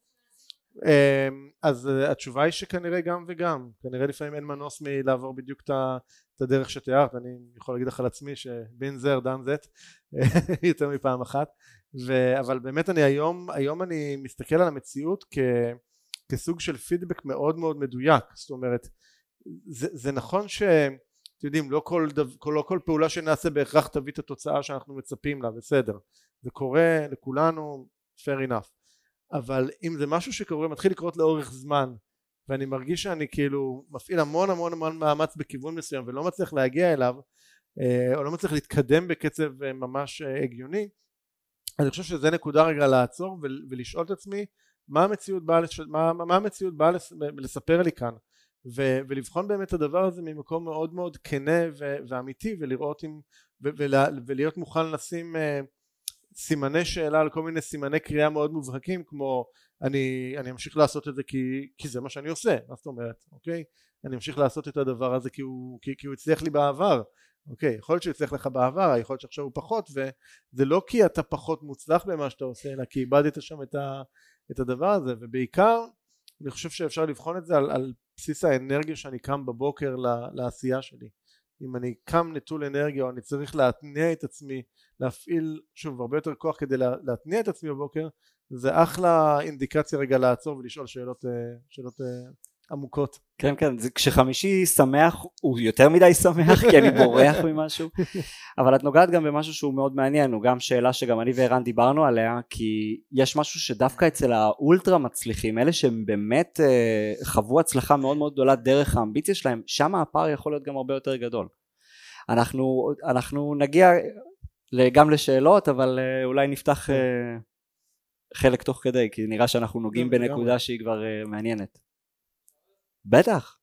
אז התשובה היא שכנראה גם וגם, כנראה לפעמים אין מנוס מלעבור בדיוק את הדרך שתיארת, אני יכול להגיד לך על עצמי שבין זר דן זאת יותר מפעם אחת, ו, אבל באמת אני היום, היום אני מסתכל על המציאות כ, כסוג של פידבק מאוד מאוד מדויק, זאת אומרת זה, זה נכון שאתם יודעים לא כל, לא כל פעולה שנעשה בהכרח תביא את התוצאה שאנחנו מצפים לה, בסדר, זה קורה לכולנו, fair enough, אבל אם זה משהו שקורה, מתחיל לקרות לאורך זמן ואני מרגיש שאני כאילו מפעיל המון המון המון מאמץ בכיוון מסוים ולא מצליח להגיע אליו או לא מצליח להתקדם בקצב ממש הגיוני, אני חושב שזה נקודה רגע לעצור ולשאול את עצמי מה המציאות באה מה, מה המציאות באה לספר לי כאן ו, ולבחון באמת את הדבר הזה ממקום מאוד מאוד כנה ו, ואמיתי ולראות אם ו, ולה, ולהיות מוכן לשים סימני שאלה על כל מיני סימני קריאה מאוד מובהקים כמו אני, אני אמשיך לעשות את זה כי, כי זה מה שאני עושה, מה זאת אומרת, אוקיי? אני אמשיך לעשות את הדבר הזה כי הוא, כי, כי הוא הצליח לי בעבר, אוקיי? יכול להיות שהוא הצליח לך בעבר, יכול להיות שעכשיו הוא פחות, וזה לא כי אתה פחות מוצלח במה שאתה עושה, אלא כי איבדת שם את, ה, את הדבר הזה, ובעיקר אני חושב שאפשר לבחון את זה על, על בסיס האנרגיה שאני קם בבוקר לעשייה שלי. אם אני קם נטול אנרגיה או אני צריך להתניע את עצמי, להפעיל שוב הרבה יותר כוח כדי להתניע את עצמי בבוקר, זה אחלה אינדיקציה רגע לעצור ולשאול שאלות, שאלות עמוקות. כן כן, זה, כשחמישי שמח הוא יותר מדי שמח כי אני בורח ממשהו, אבל את נוגעת גם במשהו שהוא מאוד מעניין, הוא גם שאלה שגם אני וערן דיברנו עליה, כי יש משהו שדווקא אצל האולטרה מצליחים, אלה שהם באמת אה, חוו הצלחה מאוד מאוד גדולה דרך האמביציה שלהם, שם הפער יכול להיות גם הרבה יותר גדול. אנחנו, אנחנו נגיע גם לשאלות, אבל אה, אולי נפתח אה, חלק תוך כדי, כי נראה שאנחנו נוגעים בנקודה שהיא כבר אה, מעניינת. בטח.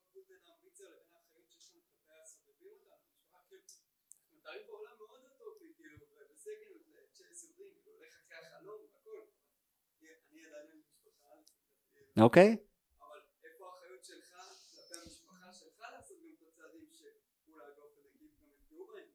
אוקיי. אבל איפה האחריות שלך כלפי המשפחה שלך לעשות גם את הצעדים שאולי באופן נגיד גם יפגעו בהם?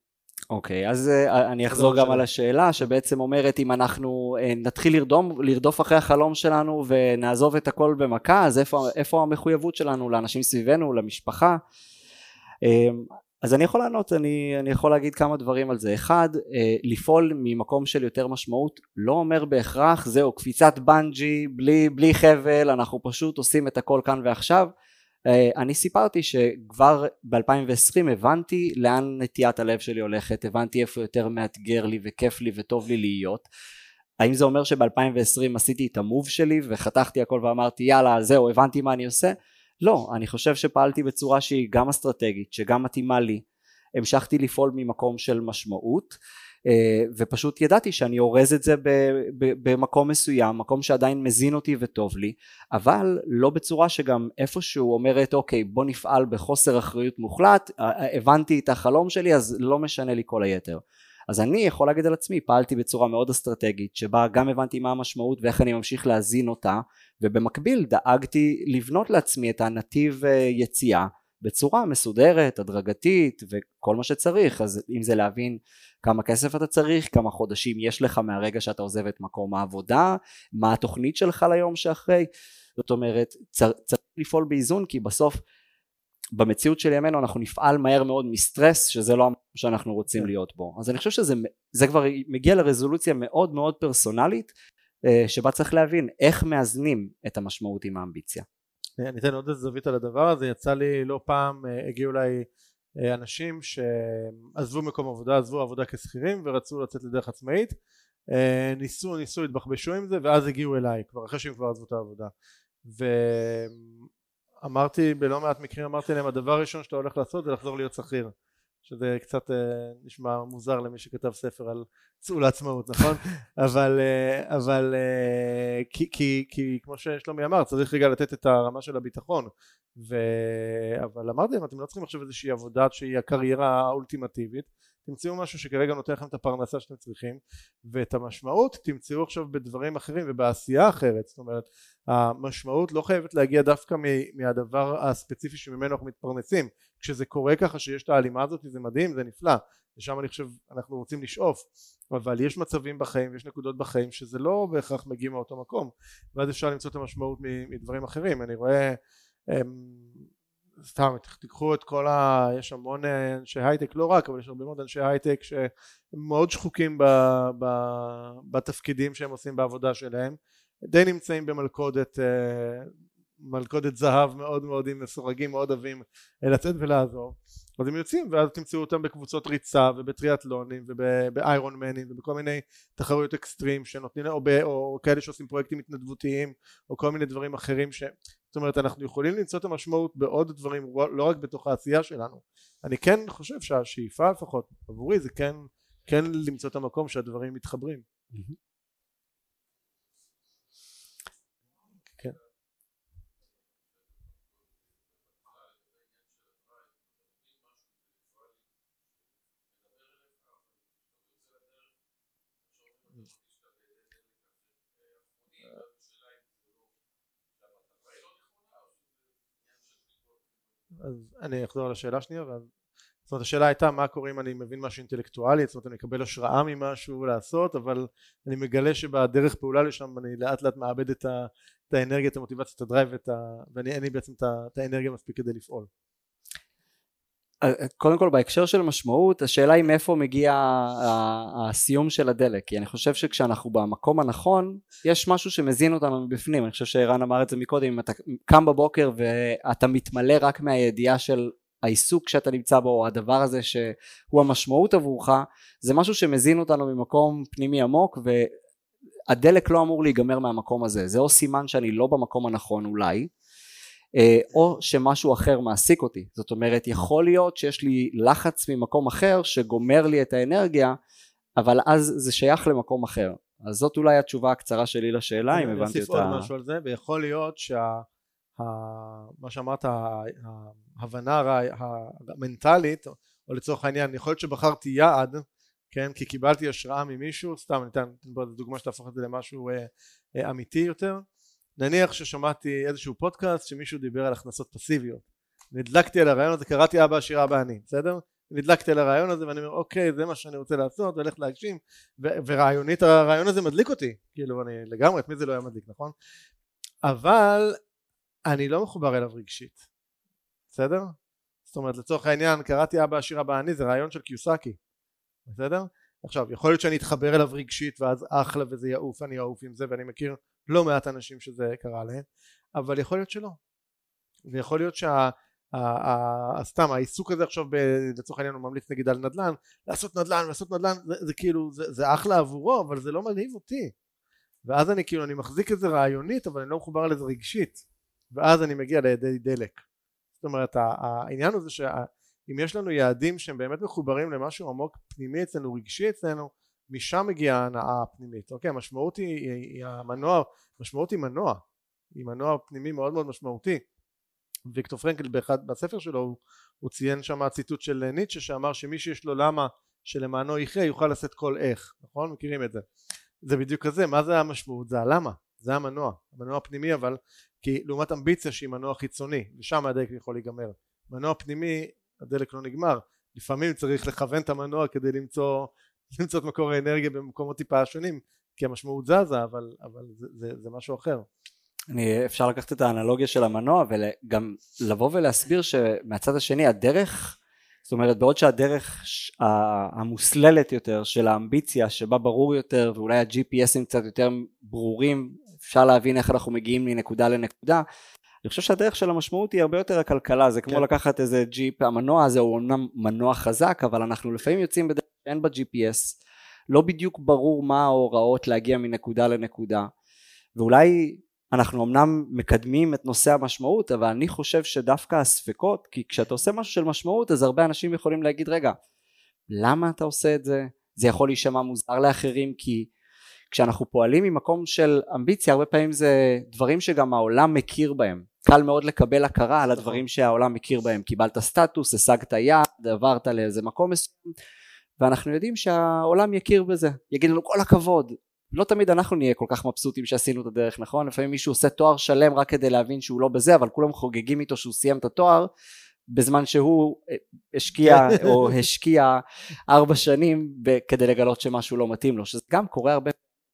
אוקיי, okay, אז uh, אני אחזור גם על השאלה שבעצם אומרת אם אנחנו uh, נתחיל לרדום, לרדוף אחרי החלום שלנו ונעזוב את הכל במכה, אז איפה, איפה המחויבות שלנו לאנשים סביבנו, למשפחה? Um, אז אני יכול לענות, אני, אני יכול להגיד כמה דברים על זה. אחד, uh, לפעול ממקום של יותר משמעות לא אומר בהכרח זהו קפיצת בנג'י בלי, בלי חבל, אנחנו פשוט עושים את הכל כאן ועכשיו. אני סיפרתי שכבר ב-אלפיים ועשרים הבנתי לאן נטיית הלב שלי הולכת, הבנתי איפה יותר מאתגר לי וכיף לי וטוב לי להיות. האם זה אומר שב-אלפיים ועשרים עשיתי את המוב שלי וחתכתי הכל ואמרתי יאללה זהו הבנתי מה אני עושה? לא, אני חושב שפעלתי בצורה שהיא גם אסטרטגית, שגם מתאימה לי, המשכתי לפעול ממקום של משמעות, ופשוט ידעתי שאני אורז את זה במקום מסוים, מקום שעדיין מזין אותי וטוב לי, אבל לא בצורה שגם איפשהו אומרת אוקיי בוא נפעל בחוסר אחריות מוחלט, הבנתי את החלום שלי אז לא משנה לי כל היתר. אז אני יכול להגיד על עצמי, פעלתי בצורה מאוד אסטרטגית, שבה גם הבנתי מה המשמעות ואיך אני ממשיך להזין אותה, ובמקביל דאגתי לבנות לעצמי את הנתיב יציאה, בצורה מסודרת, הדרגתית וכל מה שצריך. אז אם זה להבין כמה כסף אתה צריך, כמה חודשים יש לך מהרגע שאתה עוזב את מקום העבודה, מה התוכנית שלך ליום שאחרי, זאת אומרת צר, צריך לפעול באיזון, כי בסוף במציאות של ימינו אנחנו נפעל מהר מאוד מסטרס, שזה לא המקום שאנחנו רוצים להיות בו. אז אני חושב שזה זה כבר מגיע לרזולוציה מאוד מאוד פרסונלית, שבה צריך להבין איך מאזנים את המשמעות עם האמביציה. אני אתן עוד איזה זווית על הדבר הזה. יצא לי לא פעם, הגיעו אליי אנשים שעזבו מקום עבודה, עזבו עבודה כשכירים ורצו לצאת לדרך עצמאית, ניסו ניסו התבחבשו עם זה ואז הגיעו אליי כבר אחרי שהם כבר עזבו את העבודה, ואמרתי בלא מעט מקרים, אמרתי להם הדבר הראשון שאתה הולך לעשות זה לחזור להיות שכיר, שזה קצת נשמע מוזר למי שכתב ספר על צאו לעצמאות, נכון? אבל אבל כי כי כי כמו ששלומי אמר צריך רגע לתת את הרמה של הביטחון, ו... אבל אמרתי להם אתם לא צריכים עכשיו איזושהי עבודה שהיא הקריירה האולטימטיבית, תמצאו משהו שכרגע נותן לכם את הפרנסה שאתם צריכים, ואת המשמעות תמצאו עכשיו בדברים אחרים ובעשייה אחרת. זאת אומרת המשמעות לא חייבת להגיע דווקא מהדבר הספציפי שממנו אנחנו מתפרנסים. כשזה קורה ככה שיש את העלימה הזאת זה מדהים, זה נפלא, ושם אני חושב אנחנו רוצים לשאוף, אבל יש מצבים בחיים ויש נקודות בחיים שזה לא בהכרח מגיע מאותו מקום, ואז אפשר למצוא את המשמעות מדברים אחרים. אני רואה סתם תיקחו את כל ה... יש המון אנשי הייטק, לא רק, אבל יש הרבה מאוד אנשי הייטק שהם מאוד שחוקים ב... ב... בתפקידים שהם עושים בעבודה שלהם, די נמצאים במלכודת מלכודת זהב מאוד מאוד עם מסורגים, מאוד אוהבים לצאת ולעזור, אז הם יוצאים ואז תמצאו אותם בקבוצות ריצה ובטריאטלונים ובאיירון מנים ובכל מיני תחרויות אקסטרים שנותנים, או, ב... או כאלה שעושים פרויקטים התנדבותיים או כל מיני דברים אחרים ש... זאת אומרת אנחנו יכולים למצוא את המשמעות בעוד דברים, לא רק בתוך העשייה שלנו. אני כן חושב שהשאיפה לפחות עבורי זה כן, כן למצוא את המקום שהדברים מתחברים. כן. אז אני אחזור על השאלה שנייה. זאת אומרת השאלה הייתה מה קורה אם אני מבין משהו אינטלקטואלי, זאת אומרת אני מקבל השראה ממשהו לעשות, אבל אני מגלה שבדרך פעולה לשם אני לאט לאט מאבד את, ה, את האנרגיה, את המוטיבציה, את הדרייב, את ה, ואני אין לי בעצם את, את האנרגיה מספיק כדי לפעול. קודם כל בהקשר של משמעות, השאלה היא מאיפה מגיע הסיום של הדלק, כי אני חושב שכשאנחנו במקום הנכון יש משהו שמזין אותנו מבפנים. אני חושב שערן אמר את זה מקודם, אם אתה קם בבוקר ואתה מתמלא רק מהידיעה של העיסוק שאתה נמצא בו, הדבר הזה שהוא המשמעות עבורך, זה משהו שמזין אותנו ממקום פנימי עמוק, והדלק לא אמור להיגמר מהמקום הזה. זה או סימן שאני לא במקום הנכון אולי, או שמשהו אחר מעסיק אותי. זאת אומרת יכול להיות שיש לי לחץ ממקום אחר שגומר לי את האנרגיה, אבל אז זה שייך למקום אחר. אז זאת אולי התשובה הקצרה שלי לשאלה, אם הבנתי אותה. אני אוסיף עוד משהו על זה, ויכול להיות שה... מה שאמרת, ההבנה המנטלית, או לצורך העניין יכול להיות שבחרתי יעד, כן, כי קיבלתי השראה ממישהו, סתם ניתן דוגמה שתהפוך את זה למשהו אמיתי יותר. נניח ששמעתי איזשהו פודקאסט שמישהו דיבר על הכנסות פסיביות, נדלקתי על הרעיון הזה, קראתי אבא עשירה אבא אני, בסדר? נדלקתי על הרעיון הזה ואני אומר אוקיי זה מה שאני רוצה לעשות והולך להגשים ו- ורעיונית הרעיון הזה מדליק אותי כאילו אני לגמרי את מי זה לא היה מדליק נכון אבל אני לא מחובר אליו רגשית בסדר? זאת אומרת לצורך העניין קראתי אבא עשיר אבא עני זה רעיון של קיוסקי בסדר? עכשיו יכול להיות שאני אתחבר אליו רגשית ואז אחלה וזה יעוף אני יעוף עם זה ואני מכיר לא מעט אנשים שזה קרה להם אבל יכול להיות שלא ויכול להיות שה סתם העיסוק הזה עכשיו לצורך העניין הוא ממליץ נגיד על נדל"ן לעשות נדל"ן לעשות נדל"ן זה, זה כאילו זה, זה אחלה עבורו אבל זה לא מלהיב אותי ואז אני כאילו אני מחזיק את זה רעיונית אבל אני לא מחובר לזה רגשית ואז אני מגיע לידי דלק זאת אומרת העניין הוא זה שאם יש לנו יעדים שהם באמת מחוברים למשהו עמוק פנימי אצלנו רגשי אצלנו משם מגיעה הנאה הפנימית אוקיי המשמעות היא, היא, היא המנוע משמעות היא מנוע היא מנוע פנימי מאוד מאוד משמעותי ויקטור פרנקל באחד בספר שלו הוא, הוא ציין שם ציטוט של ניטשה שאמר שמי שיש לו למה שלמענו יחיה יוכל לשאת כל איך נכון מכירים את זה זה בדיוק כזה מה זה המשמעות זה הלמה זה המנוע המנוע הפנימי אבל כי לעומת אמביציה שהיא מנוע חיצוני ושם הדלק יכול להיגמר מנוע פנימי הדלק לא נגמר לפעמים צריך לכוון את המנוע כדי למצוא למצוא את מקור האנרגיה במקומות טיפה שונים כי המשמעות זזה אבל, אבל זה, זה, זה משהו אחר אני, אפשר לקחת את האנלוגיה של המנוע וגם לבוא ולהסביר שמהצד השני הדרך זאת אומרת בעוד שהדרך המוסללת יותר של האמביציה שבה ברור יותר ואולי ה-ג'י פי אסים קצת יותר ברורים אפשר להבין איך אנחנו מגיעים מנקודה לנקודה אני חושב שהדרך של המשמעות היא הרבה יותר הכלכלה זה כמו כן. לקחת איזה ג'יפ המנוע הזה הוא אמנם מנוע חזק אבל אנחנו לפעמים יוצאים בדרך שאין בה ג'י פי אס לא בדיוק ברור מה ההוראות להגיע מנקודה לנקודה ואולי אנחנו אמנם מקדמים את נושא המשמעות אבל אני חושב שדווקא הספקות כי כשאתה עושה משהו של משמעות אז הרבה אנשים יכולים להגיד רגע למה אתה עושה את זה זה יכול להישמע מוזר לאחרים כי כשאנחנו פועלים ממקום של אמביציה הרבה פעמים זה דברים שגם העולם מכיר בהם קל מאוד לקבל הכרה על הדברים שהעולם מכיר בהם קיבלת סטטוס השגת יעד עברת לאיזה מקום מסוים ואנחנו יודעים שהעולם יכיר בזה יגיד לנו כל הכבוד לא תמיד אנחנו נהיה כל כך מבסוטים שעשינו את הדרך נכון לפעמים מישהו עושה תואר שלם רק כדי להבין שהוא לא בזה אבל כולם חוגגים איתו שהוא סיים את התואר בזמן שהוא השקיע או השקיע ארבע שנים כדי לגלות שמשהו לא מתאים לו שזה גם קורה הרבה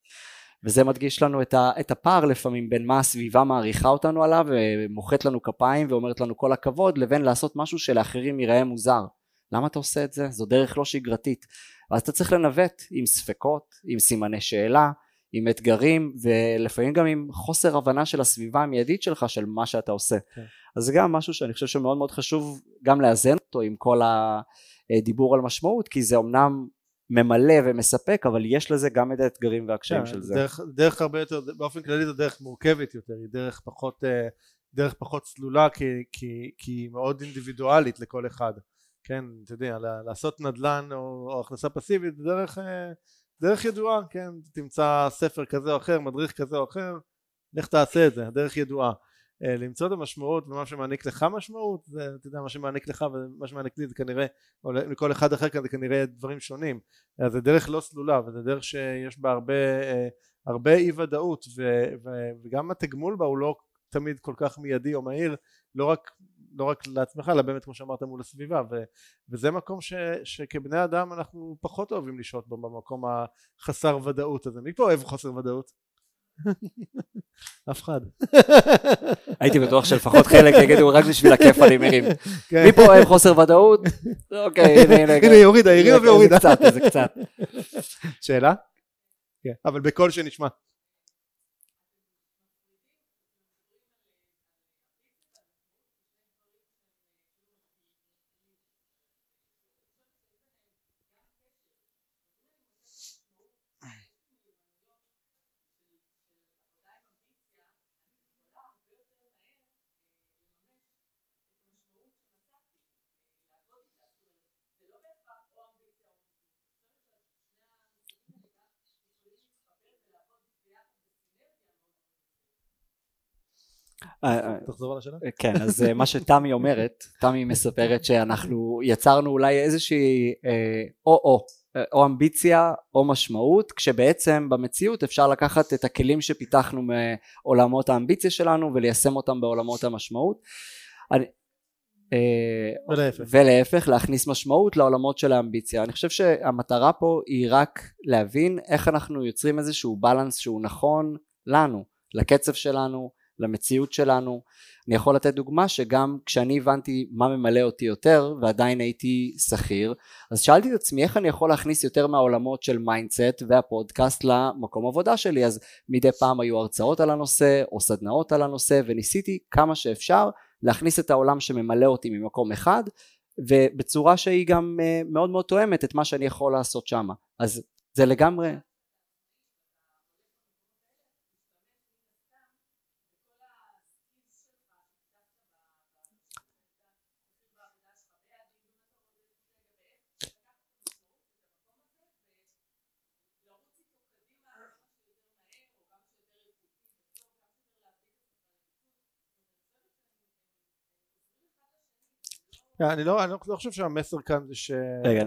וזה מדגיש לנו את, ה, את הפער לפעמים בין מה הסביבה מעריכה אותנו עליו ומוחאת לנו כפיים ואומרת לנו כל הכבוד לבין לעשות משהו שלאחרים ייראה מוזר למה אתה עושה את זה? זו דרך לא שגרתית אז אתה צריך לנווט עם ספקות, עם סימני שאלה, עם אתגרים ולפעמים גם עם חוסר הבנה של הסביבה המיידית שלך של מה שאתה עושה okay. אז זה גם משהו שאני חושב שמאוד מאוד חשוב גם לאזן אותו עם כל הדיבור על משמעות כי זה אמנם ממלא ומספק אבל יש לזה גם את האתגרים והקשיים yeah, של זה דרך, דרך הרבה יותר, באופן כללי זה דרך מורכבת יותר היא דרך פחות, דרך פחות סלולה כי, כי, כי היא מאוד אינדיבידואלית לכל אחד כן, אתה יודע, לעשות נדל"ן או, או הכנסה פסיבית דרך, דרך ידועה, כן, תמצא ספר כזה או אחר, מדריך כזה או אחר, לך תעשה את זה, דרך ידועה. למצוא את המשמעות ומה שמעניק לך משמעות, זה, אתה יודע, מה שמעניק לך ומה שמעניק לי זה כנראה, או לכל אחד אחר כאן זה כנראה דברים שונים. אז זה דרך לא סלולה, וזה דרך שיש בה הרבה, הרבה אי ודאות, ו, ו, וגם התגמול בה הוא לא תמיד כל כך מיידי או מהיר, לא רק לא רק לעצמך, אלא באמת כמו שאמרת מול הסביבה ו, וזה מקום ש, שכבני אדם אנחנו פחות אוהבים לשהות בו במקום החסר ודאות הזה. מי פה אוהב חוסר ודאות? אף אחד. הייתי בטוח שלפחות חלק יגידו רק בשביל הכיף אני מרים. מי פה אוהב חוסר ודאות? אוקיי, הנה יורידה, הרימה ויורידה. זה קצת, זה קצת. שאלה? כן, אבל בקול שנשמע. תחזור על השאלה? כן, אז מה שתמי אומרת, תמי מספרת שאנחנו יצרנו אולי איזושהי או או או אמביציה או משמעות, כשבעצם במציאות אפשר לקחת את הכלים שפיתחנו מעולמות האמביציה שלנו וליישם אותם בעולמות המשמעות. אני, ולהפך. ולהפך, להכניס משמעות לעולמות של האמביציה. אני חושב שהמטרה פה היא רק להבין איך אנחנו יוצרים איזשהו בלנס שהוא נכון לנו, לקצב שלנו, למציאות שלנו. אני יכול לתת דוגמה שגם כשאני הבנתי מה ממלא אותי יותר ועדיין הייתי שכיר, אז שאלתי את עצמי איך אני יכול להכניס יותר מהעולמות של מיינדסט והפודקאסט למקום עבודה שלי. אז מדי פעם היו הרצאות על הנושא או סדנאות על הנושא, וניסיתי כמה שאפשר להכניס את העולם שממלא אותי ממקום אחד, ובצורה שהיא גם מאוד מאוד תואמת את מה שאני יכול לעשות שם. אז זה לגמרי... אני לא, אני לא חושב שהמסר כאן זה ש... רגע,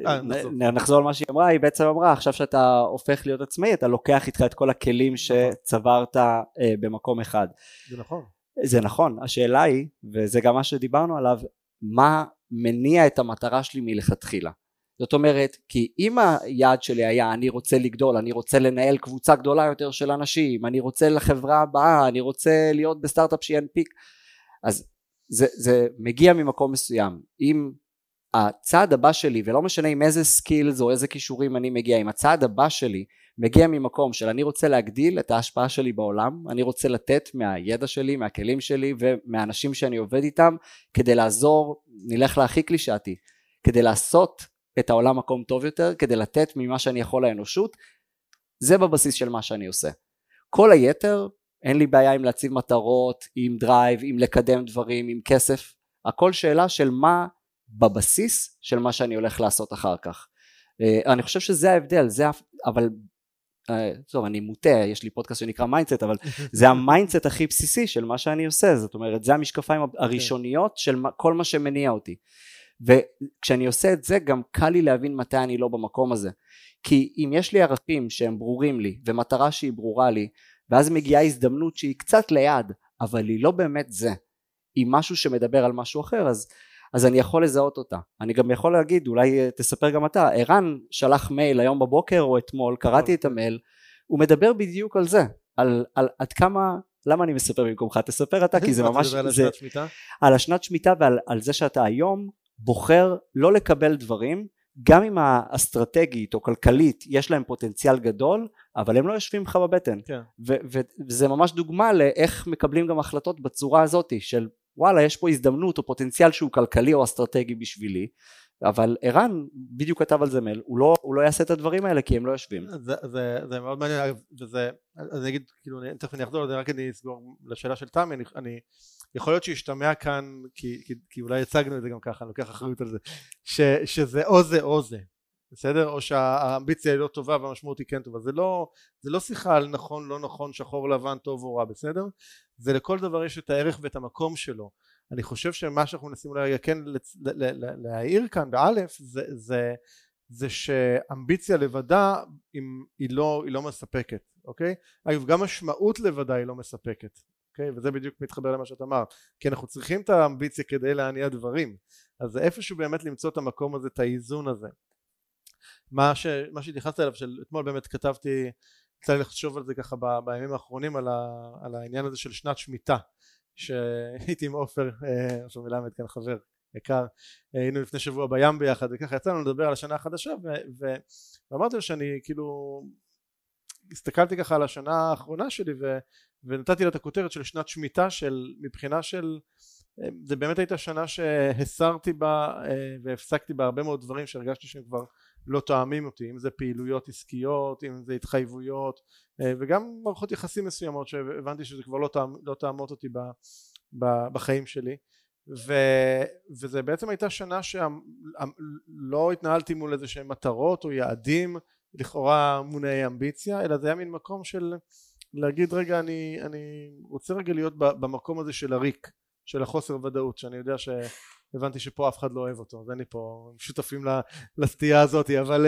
נחזור על מה שהיא אמרה. היא בעצם אמרה, עכשיו שאתה הופך להיות עצמאי, אתה לוקח איתך את כל הכלים שצברת במקום אחד. זה נכון. זה נכון. השאלה היא, וזה גם מה שדיברנו עליו, מה מניע את המטרה שלי מלכתחילה. זאת אומרת, כי אם היעד שלי היה, אני רוצה לגדול, אני רוצה לנהל קבוצה גדולה יותר של אנשים, אני רוצה לחברה הבאה, אני רוצה להיות בסטארט-אפ שינפיק, אז זה, זה מגיע ממקום מסוים. אם הצעד הבא שלי, ולא משנה עם איזה סקילס או איזה כישורים אני מגיע, אם הצעד הבא שלי מגיע ממקום של אני רוצה להגדיל את ההשפעה שלי בעולם, אני רוצה לתת מהידע שלי, מהכלים שלי ומהאנשים שאני עובד איתם, כדי לעזור, נלך להכי קלישאתי, כדי לעשות את העולם מקום טוב יותר, כדי לתת ממה שאני יכול לאנושות, זה בבסיס של מה שאני עושה. כל היתר, אין לי בעיה עם להציב מטרות, עם דרייב, עם לקדם דברים, עם כסף, הכל שאלה של מה בבסיס של מה שאני הולך לעשות אחר כך. אני חושב שזה ההבדל, זה, אבל, טוב, אני מוטה, יש לי פודקאסט שנקרא מיינדסט, אבל זה המיינדסט הכי בסיסי של מה שאני עושה, זאת אומרת, זה המשקפיים הראשוניות של כל מה שמניע אותי. וכשאני עושה את זה, גם קל לי להבין מתי אני לא במקום הזה. כי אם יש לי ערכים שהם ברורים לי, ומטרה שהיא ברורה לי, ואז מגיעה הזדמנות שהיא קצת ליד, אבל היא לא באמת זה, היא משהו שמדבר על משהו אחר, אז, אז אני יכול לזהות אותה. אני גם יכול להגיד, אולי תספר גם אתה, ערן שלח מייל היום בבוקר או אתמול, קראתי את המייל, הוא מדבר בדיוק על זה, על, על עד כמה, למה אני מספר במקומך? תספר אתה, כי זה ממש, על זה, השנת שמיטה? על השנת שמיטה ועל על זה שאתה היום בוחר לא לקבל דברים, גם אם האסטרטגית או כלכלית יש להם פוטנציאל גדול, אבל הם לא יושבים לך בבטן. כן. ו- ו- וזה ממש דוגמה לאיך מקבלים גם החלטות בצורה הזאת, של וואלה, יש פה הזדמנות או פוטנציאל שהוא כלכלי או אסטרטגי בשבילי, אבל ערן בדיוק כתב על זה מייל, הוא לא, הוא לא יעשה את הדברים האלה כי הם לא יושבים. זה, זה, זה מאוד מעניין, וזה, אני אגיד, כאילו, תכף אני אחזור לזה, רק אני אסגור לשאלה של תמי, אני, אני יכול להיות שישתמע כאן, כי, כי, כי אולי הצגנו את זה גם ככה, אני לוקח אחריות על זה, ש, שזה או זה או זה, בסדר? או שהאמביציה היא לא טובה והמשמעות היא כן טובה, זה לא, זה לא שיחה על נכון, לא נכון, שחור לבן, טוב או רע, בסדר? זה לכל דבר יש את הערך ואת המקום שלו. אני חושב שמה שאנחנו נשים אולי כן להעיר כאן באלף, זה, זה, זה שאמביציה לבדה היא לא, היא לא מספקת, אוקיי? אגב, גם משמעות לבדה היא לא מספקת. Okay, וזה בדיוק מתחבר למה שאת אמרת, כי אנחנו צריכים את האמביציה כדי להניע דברים, אז זה איפשהו באמת למצוא את המקום הזה, את האיזון הזה. מה, ש, מה שהתייחסת אליו, של אתמול באמת כתבתי, קצת לחשוב על זה ככה ב, בימים האחרונים, על, ה, על העניין הזה של שנת שמיטה, שהייתי עם עופר, עופר מלמד כאן חבר יקר, היינו לפני שבוע בים ביחד, וככה יצאנו לדבר על השנה החדשה, ו, ו, ואמרתי לו שאני כאילו, הסתכלתי ככה על השנה האחרונה שלי, ו ונתתי לה את הכותרת של שנת שמיטה, של מבחינה של, זה באמת הייתה שנה שהסרתי בה והפסקתי בה הרבה מאוד דברים שהרגשתי שהם כבר לא תואמים אותי, אם זה פעילויות עסקיות, אם זה התחייבויות, וגם מערכות יחסים מסוימות שהבנתי שזה כבר לא, תאמ, לא תאמות אותי ב, ב, בחיים שלי, ו, וזה בעצם הייתה שנה שלא התנהלתי מול איזה שהם מטרות או יעדים לכאורה מונעי אמביציה, אלא זה היה מין מקום של להגיד רגע אני, אני רוצה רגע להיות במקום הזה של הריק, של החוסר ודאות, שאני יודע שהבנתי שפה אף אחד לא אוהב אותו, אז אני פה שותפים לסטייה הזאת, אבל,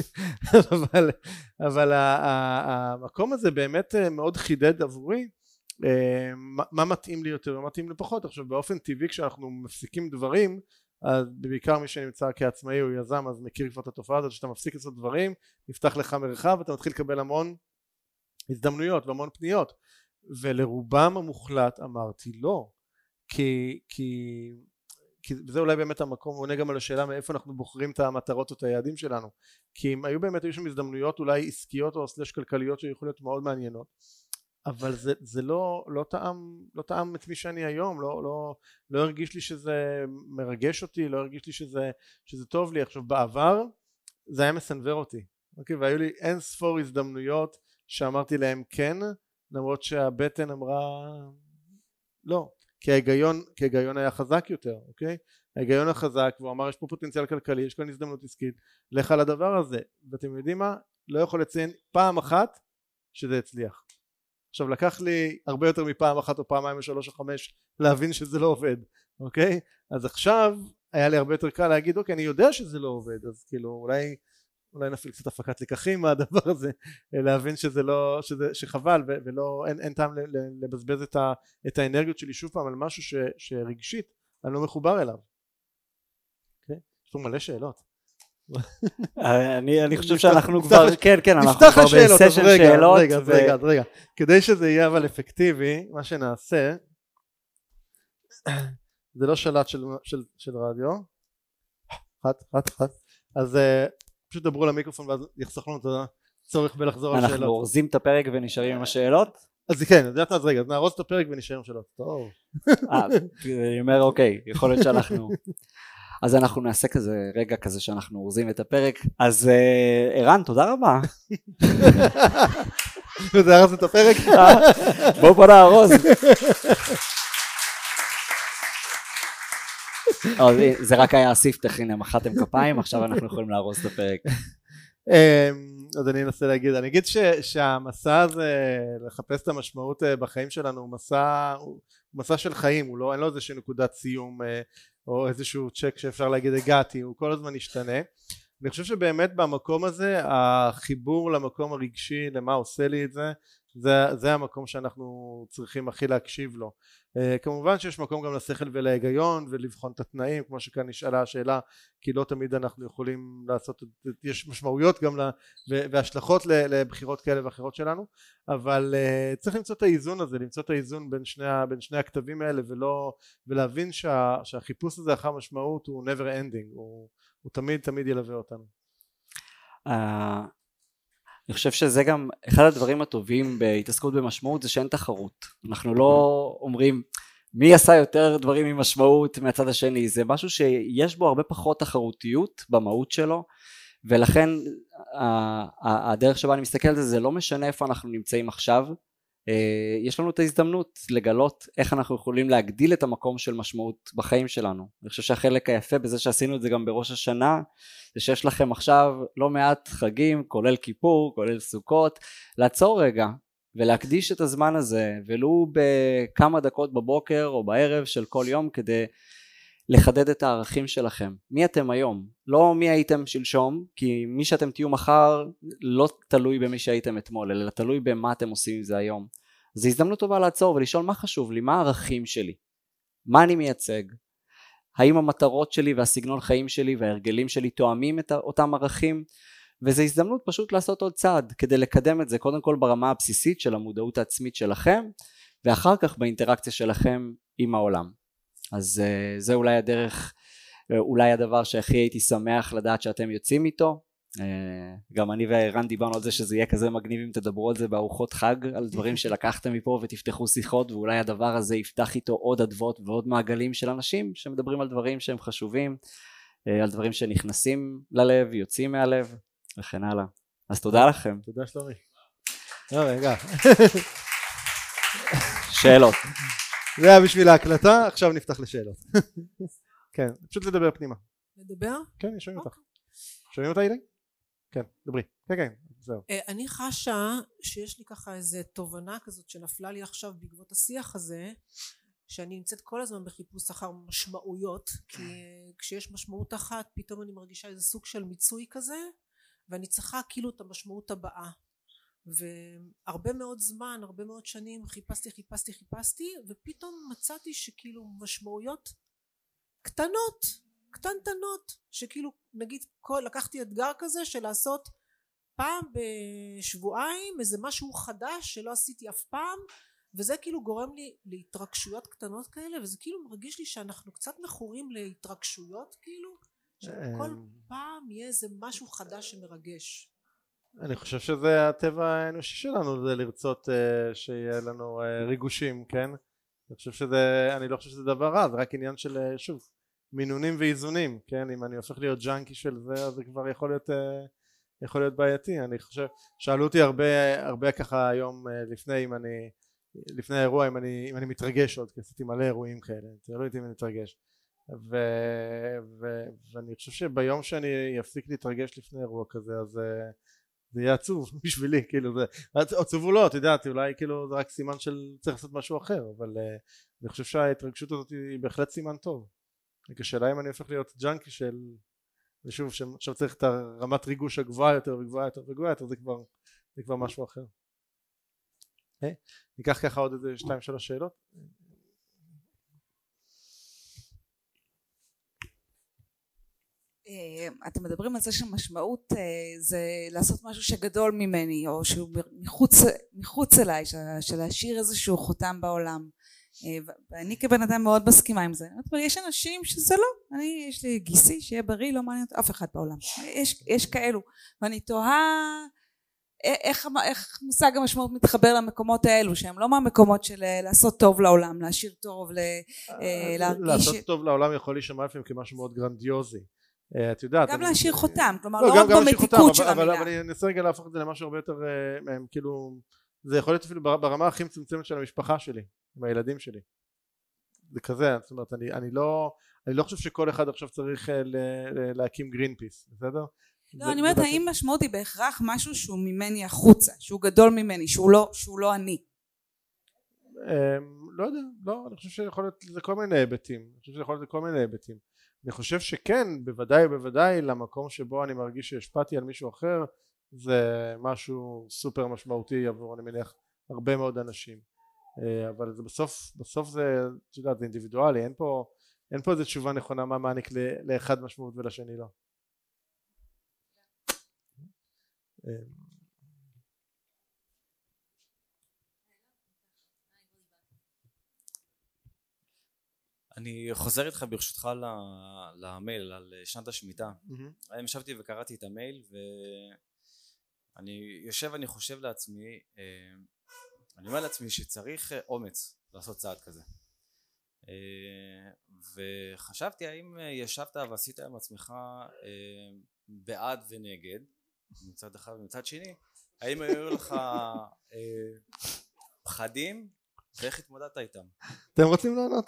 אבל, אבל המקום הזה באמת מאוד חידד עבורי מה, מה מתאים לי יותר ומה מתאים לי פחות. עכשיו באופן טבעי כשאנחנו מפסיקים דברים, אז בעיקר מי שנמצא כעצמאי או יזם אז מכיר כבר את התופעה הזאת, שאתה מפסיק לעשות דברים, נפתח לך מרחב ואתה מתחיל לקבל המון הזדמנויות והמון פניות, ולרובם המוחלט אמרתי לא, כי, כי, כי זה אולי באמת המקום, עונה גם על השאלה מאיפה אנחנו בוחרים את המטרות או את היעדים שלנו, כי אם היו באמת, היו שם הזדמנויות אולי עסקיות או סלש כלכליות שיכולות להיות מאוד מעניינות, אבל זה, זה לא, לא טעם, לא טעם את מי שאני היום, לא, לא, לא הרגיש לי שזה מרגש אותי, לא הרגיש לי שזה, שזה טוב לי. עכשיו בעבר זה היה מסנבר אותי, אוקיי? והיו לי אין ספור הזדמנויות שאמרתי להם כן, למרות שהבטן אמרה לא, כי ההיגיון, כי ההיגיון היה חזק יותר, אוקיי? ההיגיון החזק, והוא אמר יש פה פוטנציאל כלכלי, יש כאן הזדמנות עסקית, לך על הדבר הזה. ואתם יודעים מה? לא יכול לציין פעם אחת שזה הצליח. עכשיו לקח לי הרבה יותר מפעם אחת או פעמיים או שלוש או חמש להבין שזה לא עובד, אוקיי? אז עכשיו היה לי הרבה יותר קל להגיד אוקיי אני יודע שזה לא עובד, אז כאילו אולי אולי נפעיל קצת הפקת לקחים מהדבר הזה, להבין שזה לא, שזה, שחבל ולא, אין, אין טעם לבזבז את, ה, את האנרגיות שלי שוב פעם על משהו ש, שרגשית אני לא מחובר אליו. אוקיי? יש פה מלא שאלות. אני אני חושב שאנחנו כבר כן כן אנחנו כבר בסשן שאלות. רגע רגע רגע כדי שזה יהיה אבל אפקטיבי, מה שנעשה זה לא שלט של של של רדיו, אחת אחת אחת, אז פשוט דברו למיקרופון ואז יחסוך לנו את הצורך בלחזור על שאלות. אנחנו אורזים את הפרק ונשארים עם השאלות. אז כן, אז רגע, אז נארוז את הפרק ונשאר עם שאלות. טוב. אני אומר אוקיי, יכול להיות שאנחנו אז אנחנו נעשה כזה רגע כזה שאנחנו אורזים את הפרק. אז ערן, תודה רבה. וזה ארז את הפרק? בואו בוא נארוז. זה רק היה הספתח, הנה מחאתם כפיים, עכשיו אנחנו יכולים לארוז את הפרק. אז אני אנסה להגיד, אני אגיד שהמסע הזה לחפש את המשמעות בחיים שלנו הוא מסע, הוא מסע של חיים, הוא לא, אין לו איזושהי נקודת סיום או איזשהו צ'ק שאפשר להגיד הגעתי, הוא כל הזמן ישתנה. אני חושב שבאמת במקום הזה החיבור למקום הרגשי, למה עושה לי את זה, זה, זה המקום שאנחנו צריכים הכי להקשיב לו. Uh, כמובן שיש מקום גם לשכל ולהיגיון ולבחון את התנאים, כמו שכאן נשאלה השאלה, כי לא תמיד אנחנו יכולים לעשות, יש משמעויות גם לה, והשלכות לבחירות כאלה ואחרות שלנו, אבל uh, צריך למצוא את האיזון הזה, למצוא את האיזון בין שני, בין שני הכתבים האלה, ולא, ולהבין שה, שהחיפוש הזה אחר משמעות הוא never ending, הוא, הוא תמיד תמיד ילווה אותנו. Uh... אני חושב שזה גם אחד הדברים הטובים בהתעסקות במשמעות, זה שאין תחרות. אנחנו לא אומרים מי עשה יותר דברים עם משמעות מהצד השני, זה משהו שיש בו הרבה פחות תחרותיות במהות שלו, ולכן הדרך שבה אני מסתכל על זה, זה לא משנה איפה אנחנו נמצאים עכשיו, יש לנו את ההזדמנות לגלות איך אנחנו יכולים להגדיל את המקום של משמעות בחיים שלנו. אני חושב שהחלק היפה בזה שעשינו את זה גם בראש השנה, זה שיש לכם עכשיו לא מעט חגים, כולל כיפור, כולל סוכות, לעצור רגע ולהקדיש את הזמן הזה, ולו בכמה דקות בבוקר או בערב של כל יום, כדי לחדד את הערכים שלכם. מי אתם היום? לא מי הייתם שלשום, כי מי שאתם תהיו מחר לא תלוי במי שהייתם אתמול, אלא תלוי במה אתם עושים עם זה היום. זו הזדמנות טובה לעצור ולשאול מה חשוב לי, מה הערכים שלי, מה אני מייצג, האם המטרות שלי והסגנון חיים שלי וההרגלים שלי תואמים את אותם ערכים, וזו הזדמנות פשוט לעשות עוד צעד כדי לקדם את זה, קודם כל ברמה הבסיסית של המודעות העצמית שלכם, ואחר כך באינטראקציה שלכם עם העולם. אז uh, זה אולי הדרך, אולי הדבר שהכי הייתי שמח לדעת שאתם יוצאים איתו. uh, גם אני וערן דיברנו על זה שזה יהיה כזה מגניב אם תדברו על זה בארוחות חג, על דברים שלקחתם מפה ותפתחו שיחות, ואולי הדבר הזה יפתח איתו עוד אדוות ועוד מעגלים של אנשים שמדברים על דברים שהם חשובים, uh, על דברים שנכנסים ללב, יוצאים מהלב וכן הלאה. אז תודה לכם. תודה שלומי. לא רגע. שאלות. זה היה בשביל ההקלטה, עכשיו נפתח לשאלות. כן, פשוט לדבר פנימה. לדבר? כן, שומעים אותך. שומעים אותה אילי? כן, דברי. כן, כן, זהו. אני חשה שיש לי ככה איזו תובנה כזאת שנפלה לי עכשיו בעקבות השיח הזה, שאני נמצאת כל הזמן בחיפוש אחר משמעויות, כי כשיש משמעות אחת פתאום אני מרגישה איזה סוג של מיצוי כזה, ואני צריכה כאילו את המשמעות הבאה. והרבה מאוד זמן, הרבה מאוד שנים חיפשתי, חיפשתי, חיפשתי, ופתאום מצאתי שכאילו משמעויות קטנות, קטנטנות, שכאילו נגיד כל, לקחתי אתגר כזה של לעשות פעם בשבועיים איזה משהו חדש שלא עשיתי אף פעם, וזה כאילו גורם לי להתרגשויות קטנות כאלה, וזה כאילו מרגיש לי שאנחנו קצת מכורים להתרגשויות כאילו, שכל פעם יהיה איזה משהו חדש שמרגש. אני חושב שזה הטבע האנושי שלנו, זה לרצות uh, שיהיה לנו uh, ריגושים, כן? אני חושב שזה, אני לא חושב שזה דבר רע, זה רק עניין של, uh, שוב, מינונים ואיזונים, כן? אם אני הופך להיות ג'אנקי של זה, אז זה כבר יכול להיות, uh, יכול להיות בעייתי. אני חושב, שאלו אותי הרבה, הרבה ככה היום uh, לפני, אם אני, לפני האירוע, אם אני, אם אני מתרגש עוד, כי עשיתי מלא אירועים כאלה, תראו אותי אם אני מתרגש. ו, ו, ואני חושב שביום שאני אפסיק להתרגש לפני אירוע כזה, אז... Uh, זה יהיה עצוב בשבילי, כאילו זה, עצוב הוא לא, את יודעת, אולי כאילו זה רק סימן של צריך לעשות משהו אחר, אבל uh, אני חושב שההתרגשות הזאת היא בהחלט סימן טוב. השאלה אם אני הופך להיות ג'אנקי של, ושוב, עכשיו צריך את הרמת ריגוש הגבוהה יותר וגבוהה יותר וגבוהה יותר, זה כבר, זה כבר משהו אחר. Okay. ניקח ככה עוד איזה שתיים שלוש שאלות. אתם מדברים על זה שמשמעות זה לעשות משהו שגדול ממני או שהוא מחוץ, מחוץ אליי, של להשאיר איזשהו חותם בעולם, ואני כבן אדם מאוד מסכימה עם זה. אבל יש אנשים שזה לא, אני יש לי גיסי שיהיה בריא, לא מעניין אף אחד בעולם, יש, יש כאלו, ואני תוהה איך, איך מושג המשמעות מתחבר למקומות האלו שהם לא מהמקומות של לעשות טוב לעולם, להשאיר טוב, להרגיש... לעשות טוב לעולם יכול להישמע לפעמים כמשהו מאוד גרנדיוזי, את יודעת, גם להשאיר חותם, כלומר לא רק במתיקות של המילה, אבל אני אנסה רגע להפוך את זה למשהו הרבה יותר, כאילו זה יכול להיות אפילו ברמה הכי מצומצמת של המשפחה שלי, עם הילדים שלי, זה כזה, זאת אומרת, אני לא אני לא חושב שכל אחד עכשיו צריך להקים גרין פיס, בסדר? לא, אני אומרת, האם משמעות היא בהכרח משהו שהוא ממני החוצה, שהוא גדול ממני, שהוא לא אני? לא יודע, לא, אני חושב שיכול להיות לזה כל מיני היבטים, אני חושב שיכול להיות לזה כל מיני היבטים. אני חושב שכן, בוודאי בוודאי למקום שבו אני מרגיש שהשפעתי על מישהו אחר, זה משהו סופר משמעותי עבור, אני מניח, הרבה מאוד אנשים. אבל זה בסוף, בסוף זה, את יודעת, זה אינדיבידואלי, אין פה, אין פה איזו תשובה נכונה מה מעניק לאחד משמעות ולשני לא. אני חוזר איתך ברשותך למייל על שנת השמיטה. היום ישבתי וקראתי את המייל ואני יושב ואני חושב לעצמי, אני אומר לעצמי שצריך אומץ לעשות צעד כזה, וחשבתי האם ישבת ועשית עם עצמך בעד ונגד מצד אחד ומצד שני, האם היו לך פחדים ואיך התמודדת איתם? אתם רוצים לענות?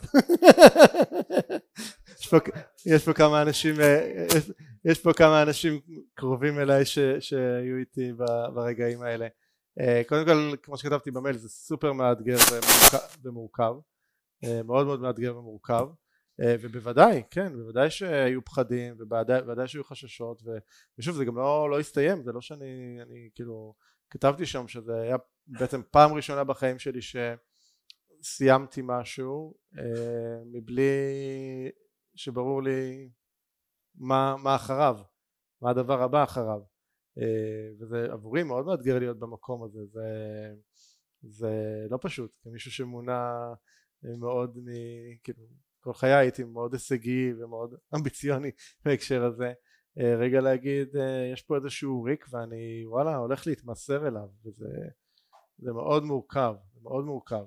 יש פה כמה אנשים, יש פה כמה אנשים קרובים אליי שהיו איתי ברגעים האלה. קודם כל, כמו שכתבתי במייל, זה סופר מאתגר ומורכב, מאוד מאוד מאתגר ומורכב, ובוודאי, כן, בוודאי שהיו פחדים ובוודאי שהיו חששות, ושוב, זה גם לא הסתיים, זה לא שאני, אני כאילו, כתבתי שם שזה היה בעצם פעם ראשונה בחיים שלי ש סיימתי משהו אה, מבלי שברור לי מה, מה אחריו, מה הדבר הבא אחריו, אה, וזה עבורי מאוד מאתגר להיות במקום הזה, זה, זה לא פשוט, כמישהו שמונה מאוד, מ, כאילו, כל חיי הייתי מאוד הישגי ומאוד אמביציוני בהקשר הזה, אה, רגע להגיד אה, יש פה איזשהו ריק ואני וואלה הולך להתמסר אליו, וזה זה מאוד מורכב, מאוד מורכב.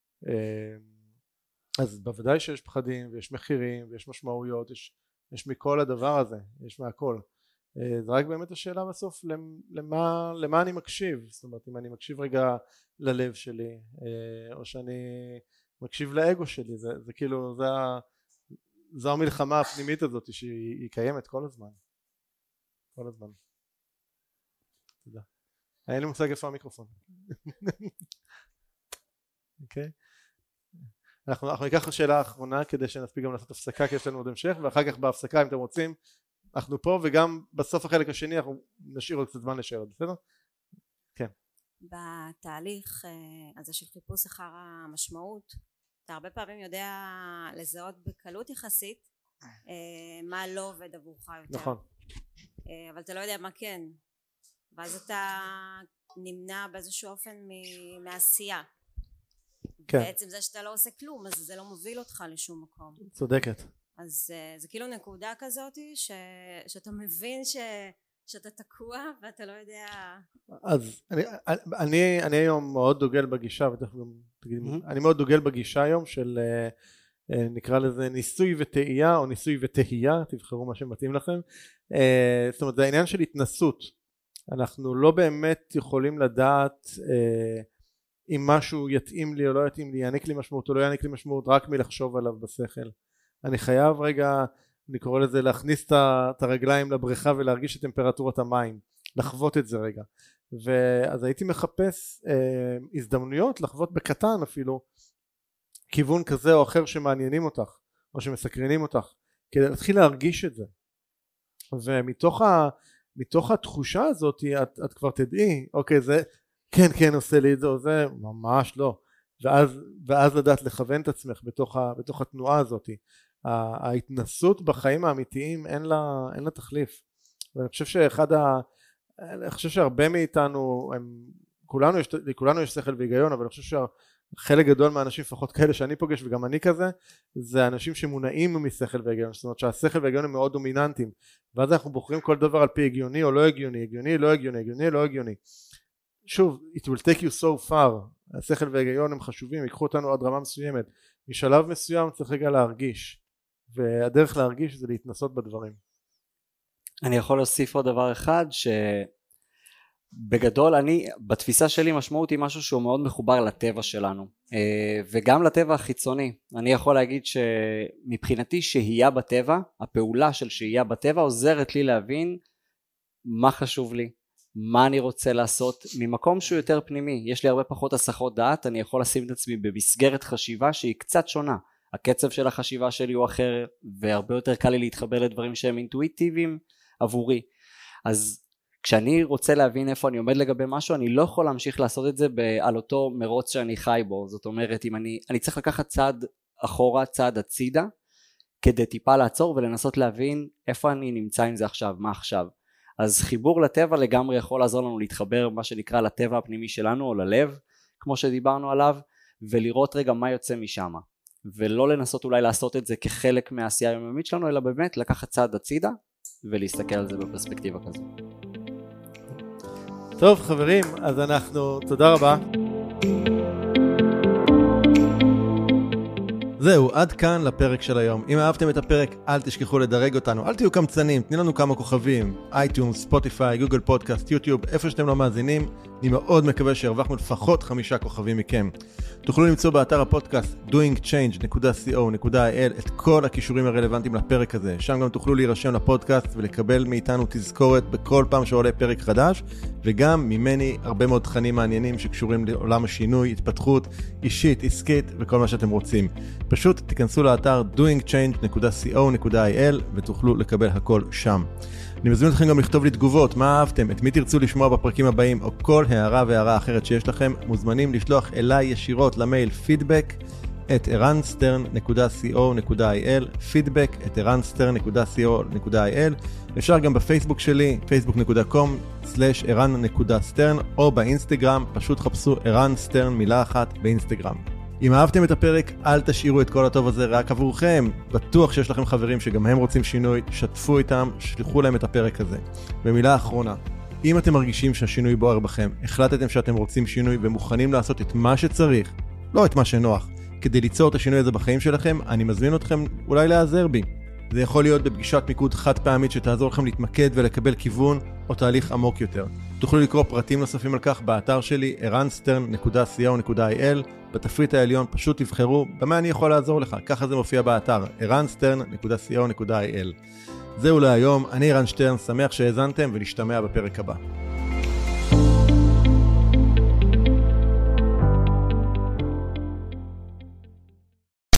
אז בוודאי שיש פחדים ויש מחירים ויש משמעויות, יש, יש מכל הדבר הזה, יש מהכל. זה רק באמת השאלה בסוף למה, למה אני מקשיב, זאת אומרת אם אני מקשיב רגע ללב שלי או שאני מקשיב לאגו שלי, זה, זה כאילו זה, זו המלחמה הפנימית הזאת שהיא קיימת כל הזמן, כל הזמן. תודה. אין לי מושג איפה המיקרופון. אוקיי, אנחנו, אנחנו ניקח שאלה האחרונה כדי שנספיק גם לעשות הפסקה, כי יש לנו עוד המשך, ואחר כך בהפסקה אם אתם רוצים אנחנו פה, וגם בסוף החלק השני אנחנו נשאיר עוד קצת זמן לשאלות, בסדר? כן. בתהליך הזה של חיפוש אחר המשמעות, אתה הרבה פעמים יודע לזהות בקלות יחסית מה לא עובד עבורך יותר. נכון. אבל אתה לא יודע מה כן. ואז אתה נמנע באיזשהו אופן מעשייה. כן. בעצם זה שאתה לא עושה כלום, אז זה לא מוביל אותך לשום מקום. צודקת. אז זה כאילו נקודה כזאת ש, שאתה מבין ש, שאתה תקוע ואתה לא יודע. אז אני, אני, אני היום מאוד דוגל בגישה, ותכף גם תגיד, mm-hmm. אני מאוד דוגל בגישה היום של נקרא לזה ניסוי וטעייה או ניסוי וטעייה, תבחרו מה שמתאים לכם. זאת אומרת, זה העניין של התנסות. אנחנו לא באמת יכולים לדעת אם משהו יתאים לי או לא יתאים לי, יעניק לי משמעות או לא יעניק לי משמעות רק מלחשוב עליו בשכל. אני חייב רגע, אני קורא לזה להכניס את הרגליים לבריכה ולהרגיש את טמפרטורת המים, לחוות את זה רגע. ואז הייתי מחפש אה, הזדמנויות לחוות בקטן אפילו כיוון כזה או אחר שמעניינים אותך או שמסקרנים אותך, כדי להתחיל להרגיש את זה. ומתוך ה, מתוך התחושה הזאת את, את כבר תדעי, אוקיי, זה כן כן עושה לי את זה או זה, ממש לא. ואז, ואז לדעת לכוון את עצמך בתוך, ה, בתוך התנועה הזאת. ההתנסות בחיים האמיתיים אין לה, אין לה תחליף. ואני חושב שאחד ה... אני חושב שהרבה מאיתנו, הם, כולנו יש, לכולנו יש שכל והיגיון, אבל אני חושב שחלק גדול מהאנשים, לפחות כאלה שאני פוגש וגם אני כזה, זה אנשים שמונעים משכל והיגיון. זאת אומרת שהשכל והיגיון הם מאוד דומיננטיים, ואז אנחנו בוחרים כל דבר על פי הגיוני או לא הגיוני, הגיוני, לא הגיוני, הגיוני, לא הגיוני. שוב, it will take you so far. השכל וההיגיון הם חשובים, ייקחו אותנו עד רמה מסוימת. משלב מסוים צריך רגע להרגיש, והדרך להרגיש זה להתנסות בדברים. אני יכול להוסיף עוד דבר אחד, שבגדול אני, בתפיסה שלי משמעות היא משהו שהוא מאוד מחובר לטבע שלנו, וגם לטבע החיצוני. אני יכול להגיד שמבחינתי שהייה בטבע, הפעולה של שהייה בטבע עוזרת לי להבין מה חשוב לי, מה אני רוצה לעשות ממקום שהוא יותר פנימי. יש לי הרבה פחות הסחות דעת, אני יכול לשים את עצמי במסגרת חשיבה שהיא קצת שונה. הקצב של החשיבה שלי הוא אחר, והרבה יותר קל לי להתחבר לדברים שהם אינטואיטיביים עבורי. אז כשאני רוצה להבין איפה אני עומד לגבי משהו, אני לא יכול להמשיך לעשות את זה על אותו מרוץ שאני חי בו. זאת אומרת, אם אני, אני צריך לקחת צעד אחורה, צעד הצידה, כדי טיפה לעצור ולנסות להבין איפה אני נמצא עם זה עכשיו, מה עכשיו. אז חיבור לטבע לגמרי יכול לעזור לנו להתחבר מה שנקרא לטבע הפנימי שלנו או ללב, כמו שדיברנו עליו, ולראות רגע מה יוצא משם. ולא לנסות אולי לעשות את זה כחלק מהעשייה היומיומית שלנו, אלא באמת לקחת צעד הצידה ולהסתכל על זה בפרספקטיבה כזו. טוב חברים, אז אנחנו, תודה רבה. זהו, עד כאן לפרק של היום. אם אהבתם את הפרק, אל תשכחו לדרג אותנו, אל תהיו קמצנים, תני לנו כמה כוכבים, אייטיונס, ספוטיפיי, גוגל פודקאסט, יוטיוב, איפה שאתם לא מאזינים. אני מאוד מקווה שהרווחנו לפחות חמישה כוכבים מכם. תוכלו למצוא באתר הפודקאסט doing change dot co dot il את כל הכישורים הרלוונטיים לפרק הזה. שם גם תוכלו להירשם לפודקאסט ולקבל מאיתנו תזכורת בכל פעם שעולה פרק חדש, וגם ממני הרבה מאוד תכנים מעניינים שקשורים לעולם השינוי, התפתחות אישית, עסקית וכל מה שאתם רוצים. פשוט תיכנסו לאתר doing change dot co dot il ותוכלו לקבל הכל שם. אני מזמין אתכם גם לכתוב לי תגובות, מה אהבתם, את מי תרצו לשמוע בפרקים הבאים, או כל הערה והערה אחרת שיש לכם, מוזמנים לשלוח אליי ישירות למייל feedback at ערן סטרן dot co dot il, feedback at ערן סטרן dot co dot il. אפשר גם בפייסבוק שלי, facebook dot com slash ערן סטרן, או באינסטגרם, פשוט חפשו ערן סטרן מילה אחת באינסטגרם. אם אהבתם את הפרק, אל תשאירו את כל הטוב הזה רק עבורכם. בטוח שיש לכם חברים שגם הם רוצים שינוי, שתפו איתם, שלחו להם את הפרק הזה. במילה אחרונה, אם אתם מרגישים שהשינוי בוער בכם, החלטתם שאתם רוצים שינוי ומוכנים לעשות את מה שצריך, לא את מה שנוח, כדי ליצור את השינוי הזה בחיים שלכם, אני מזמין אתכם אולי להיעזר בי. זה יכול להיות בפגישת מיקוד חד פעמית שתעזור לכם להתמקד ולקבל כיוון או תהליך עמוק יותר. תוכלו לקרוא פרטים נוספים על כך באתר שלי ערן סטרן dot co dot il. בתפריט העליון פשוט תבחרו במה אני יכול לעזור לך, ככה זה מופיע באתר ערן סטרן dot co dot il. זהו להיום, אני ערן שטרן, שמח שהאזנתם ונשתמע בפרק הבא.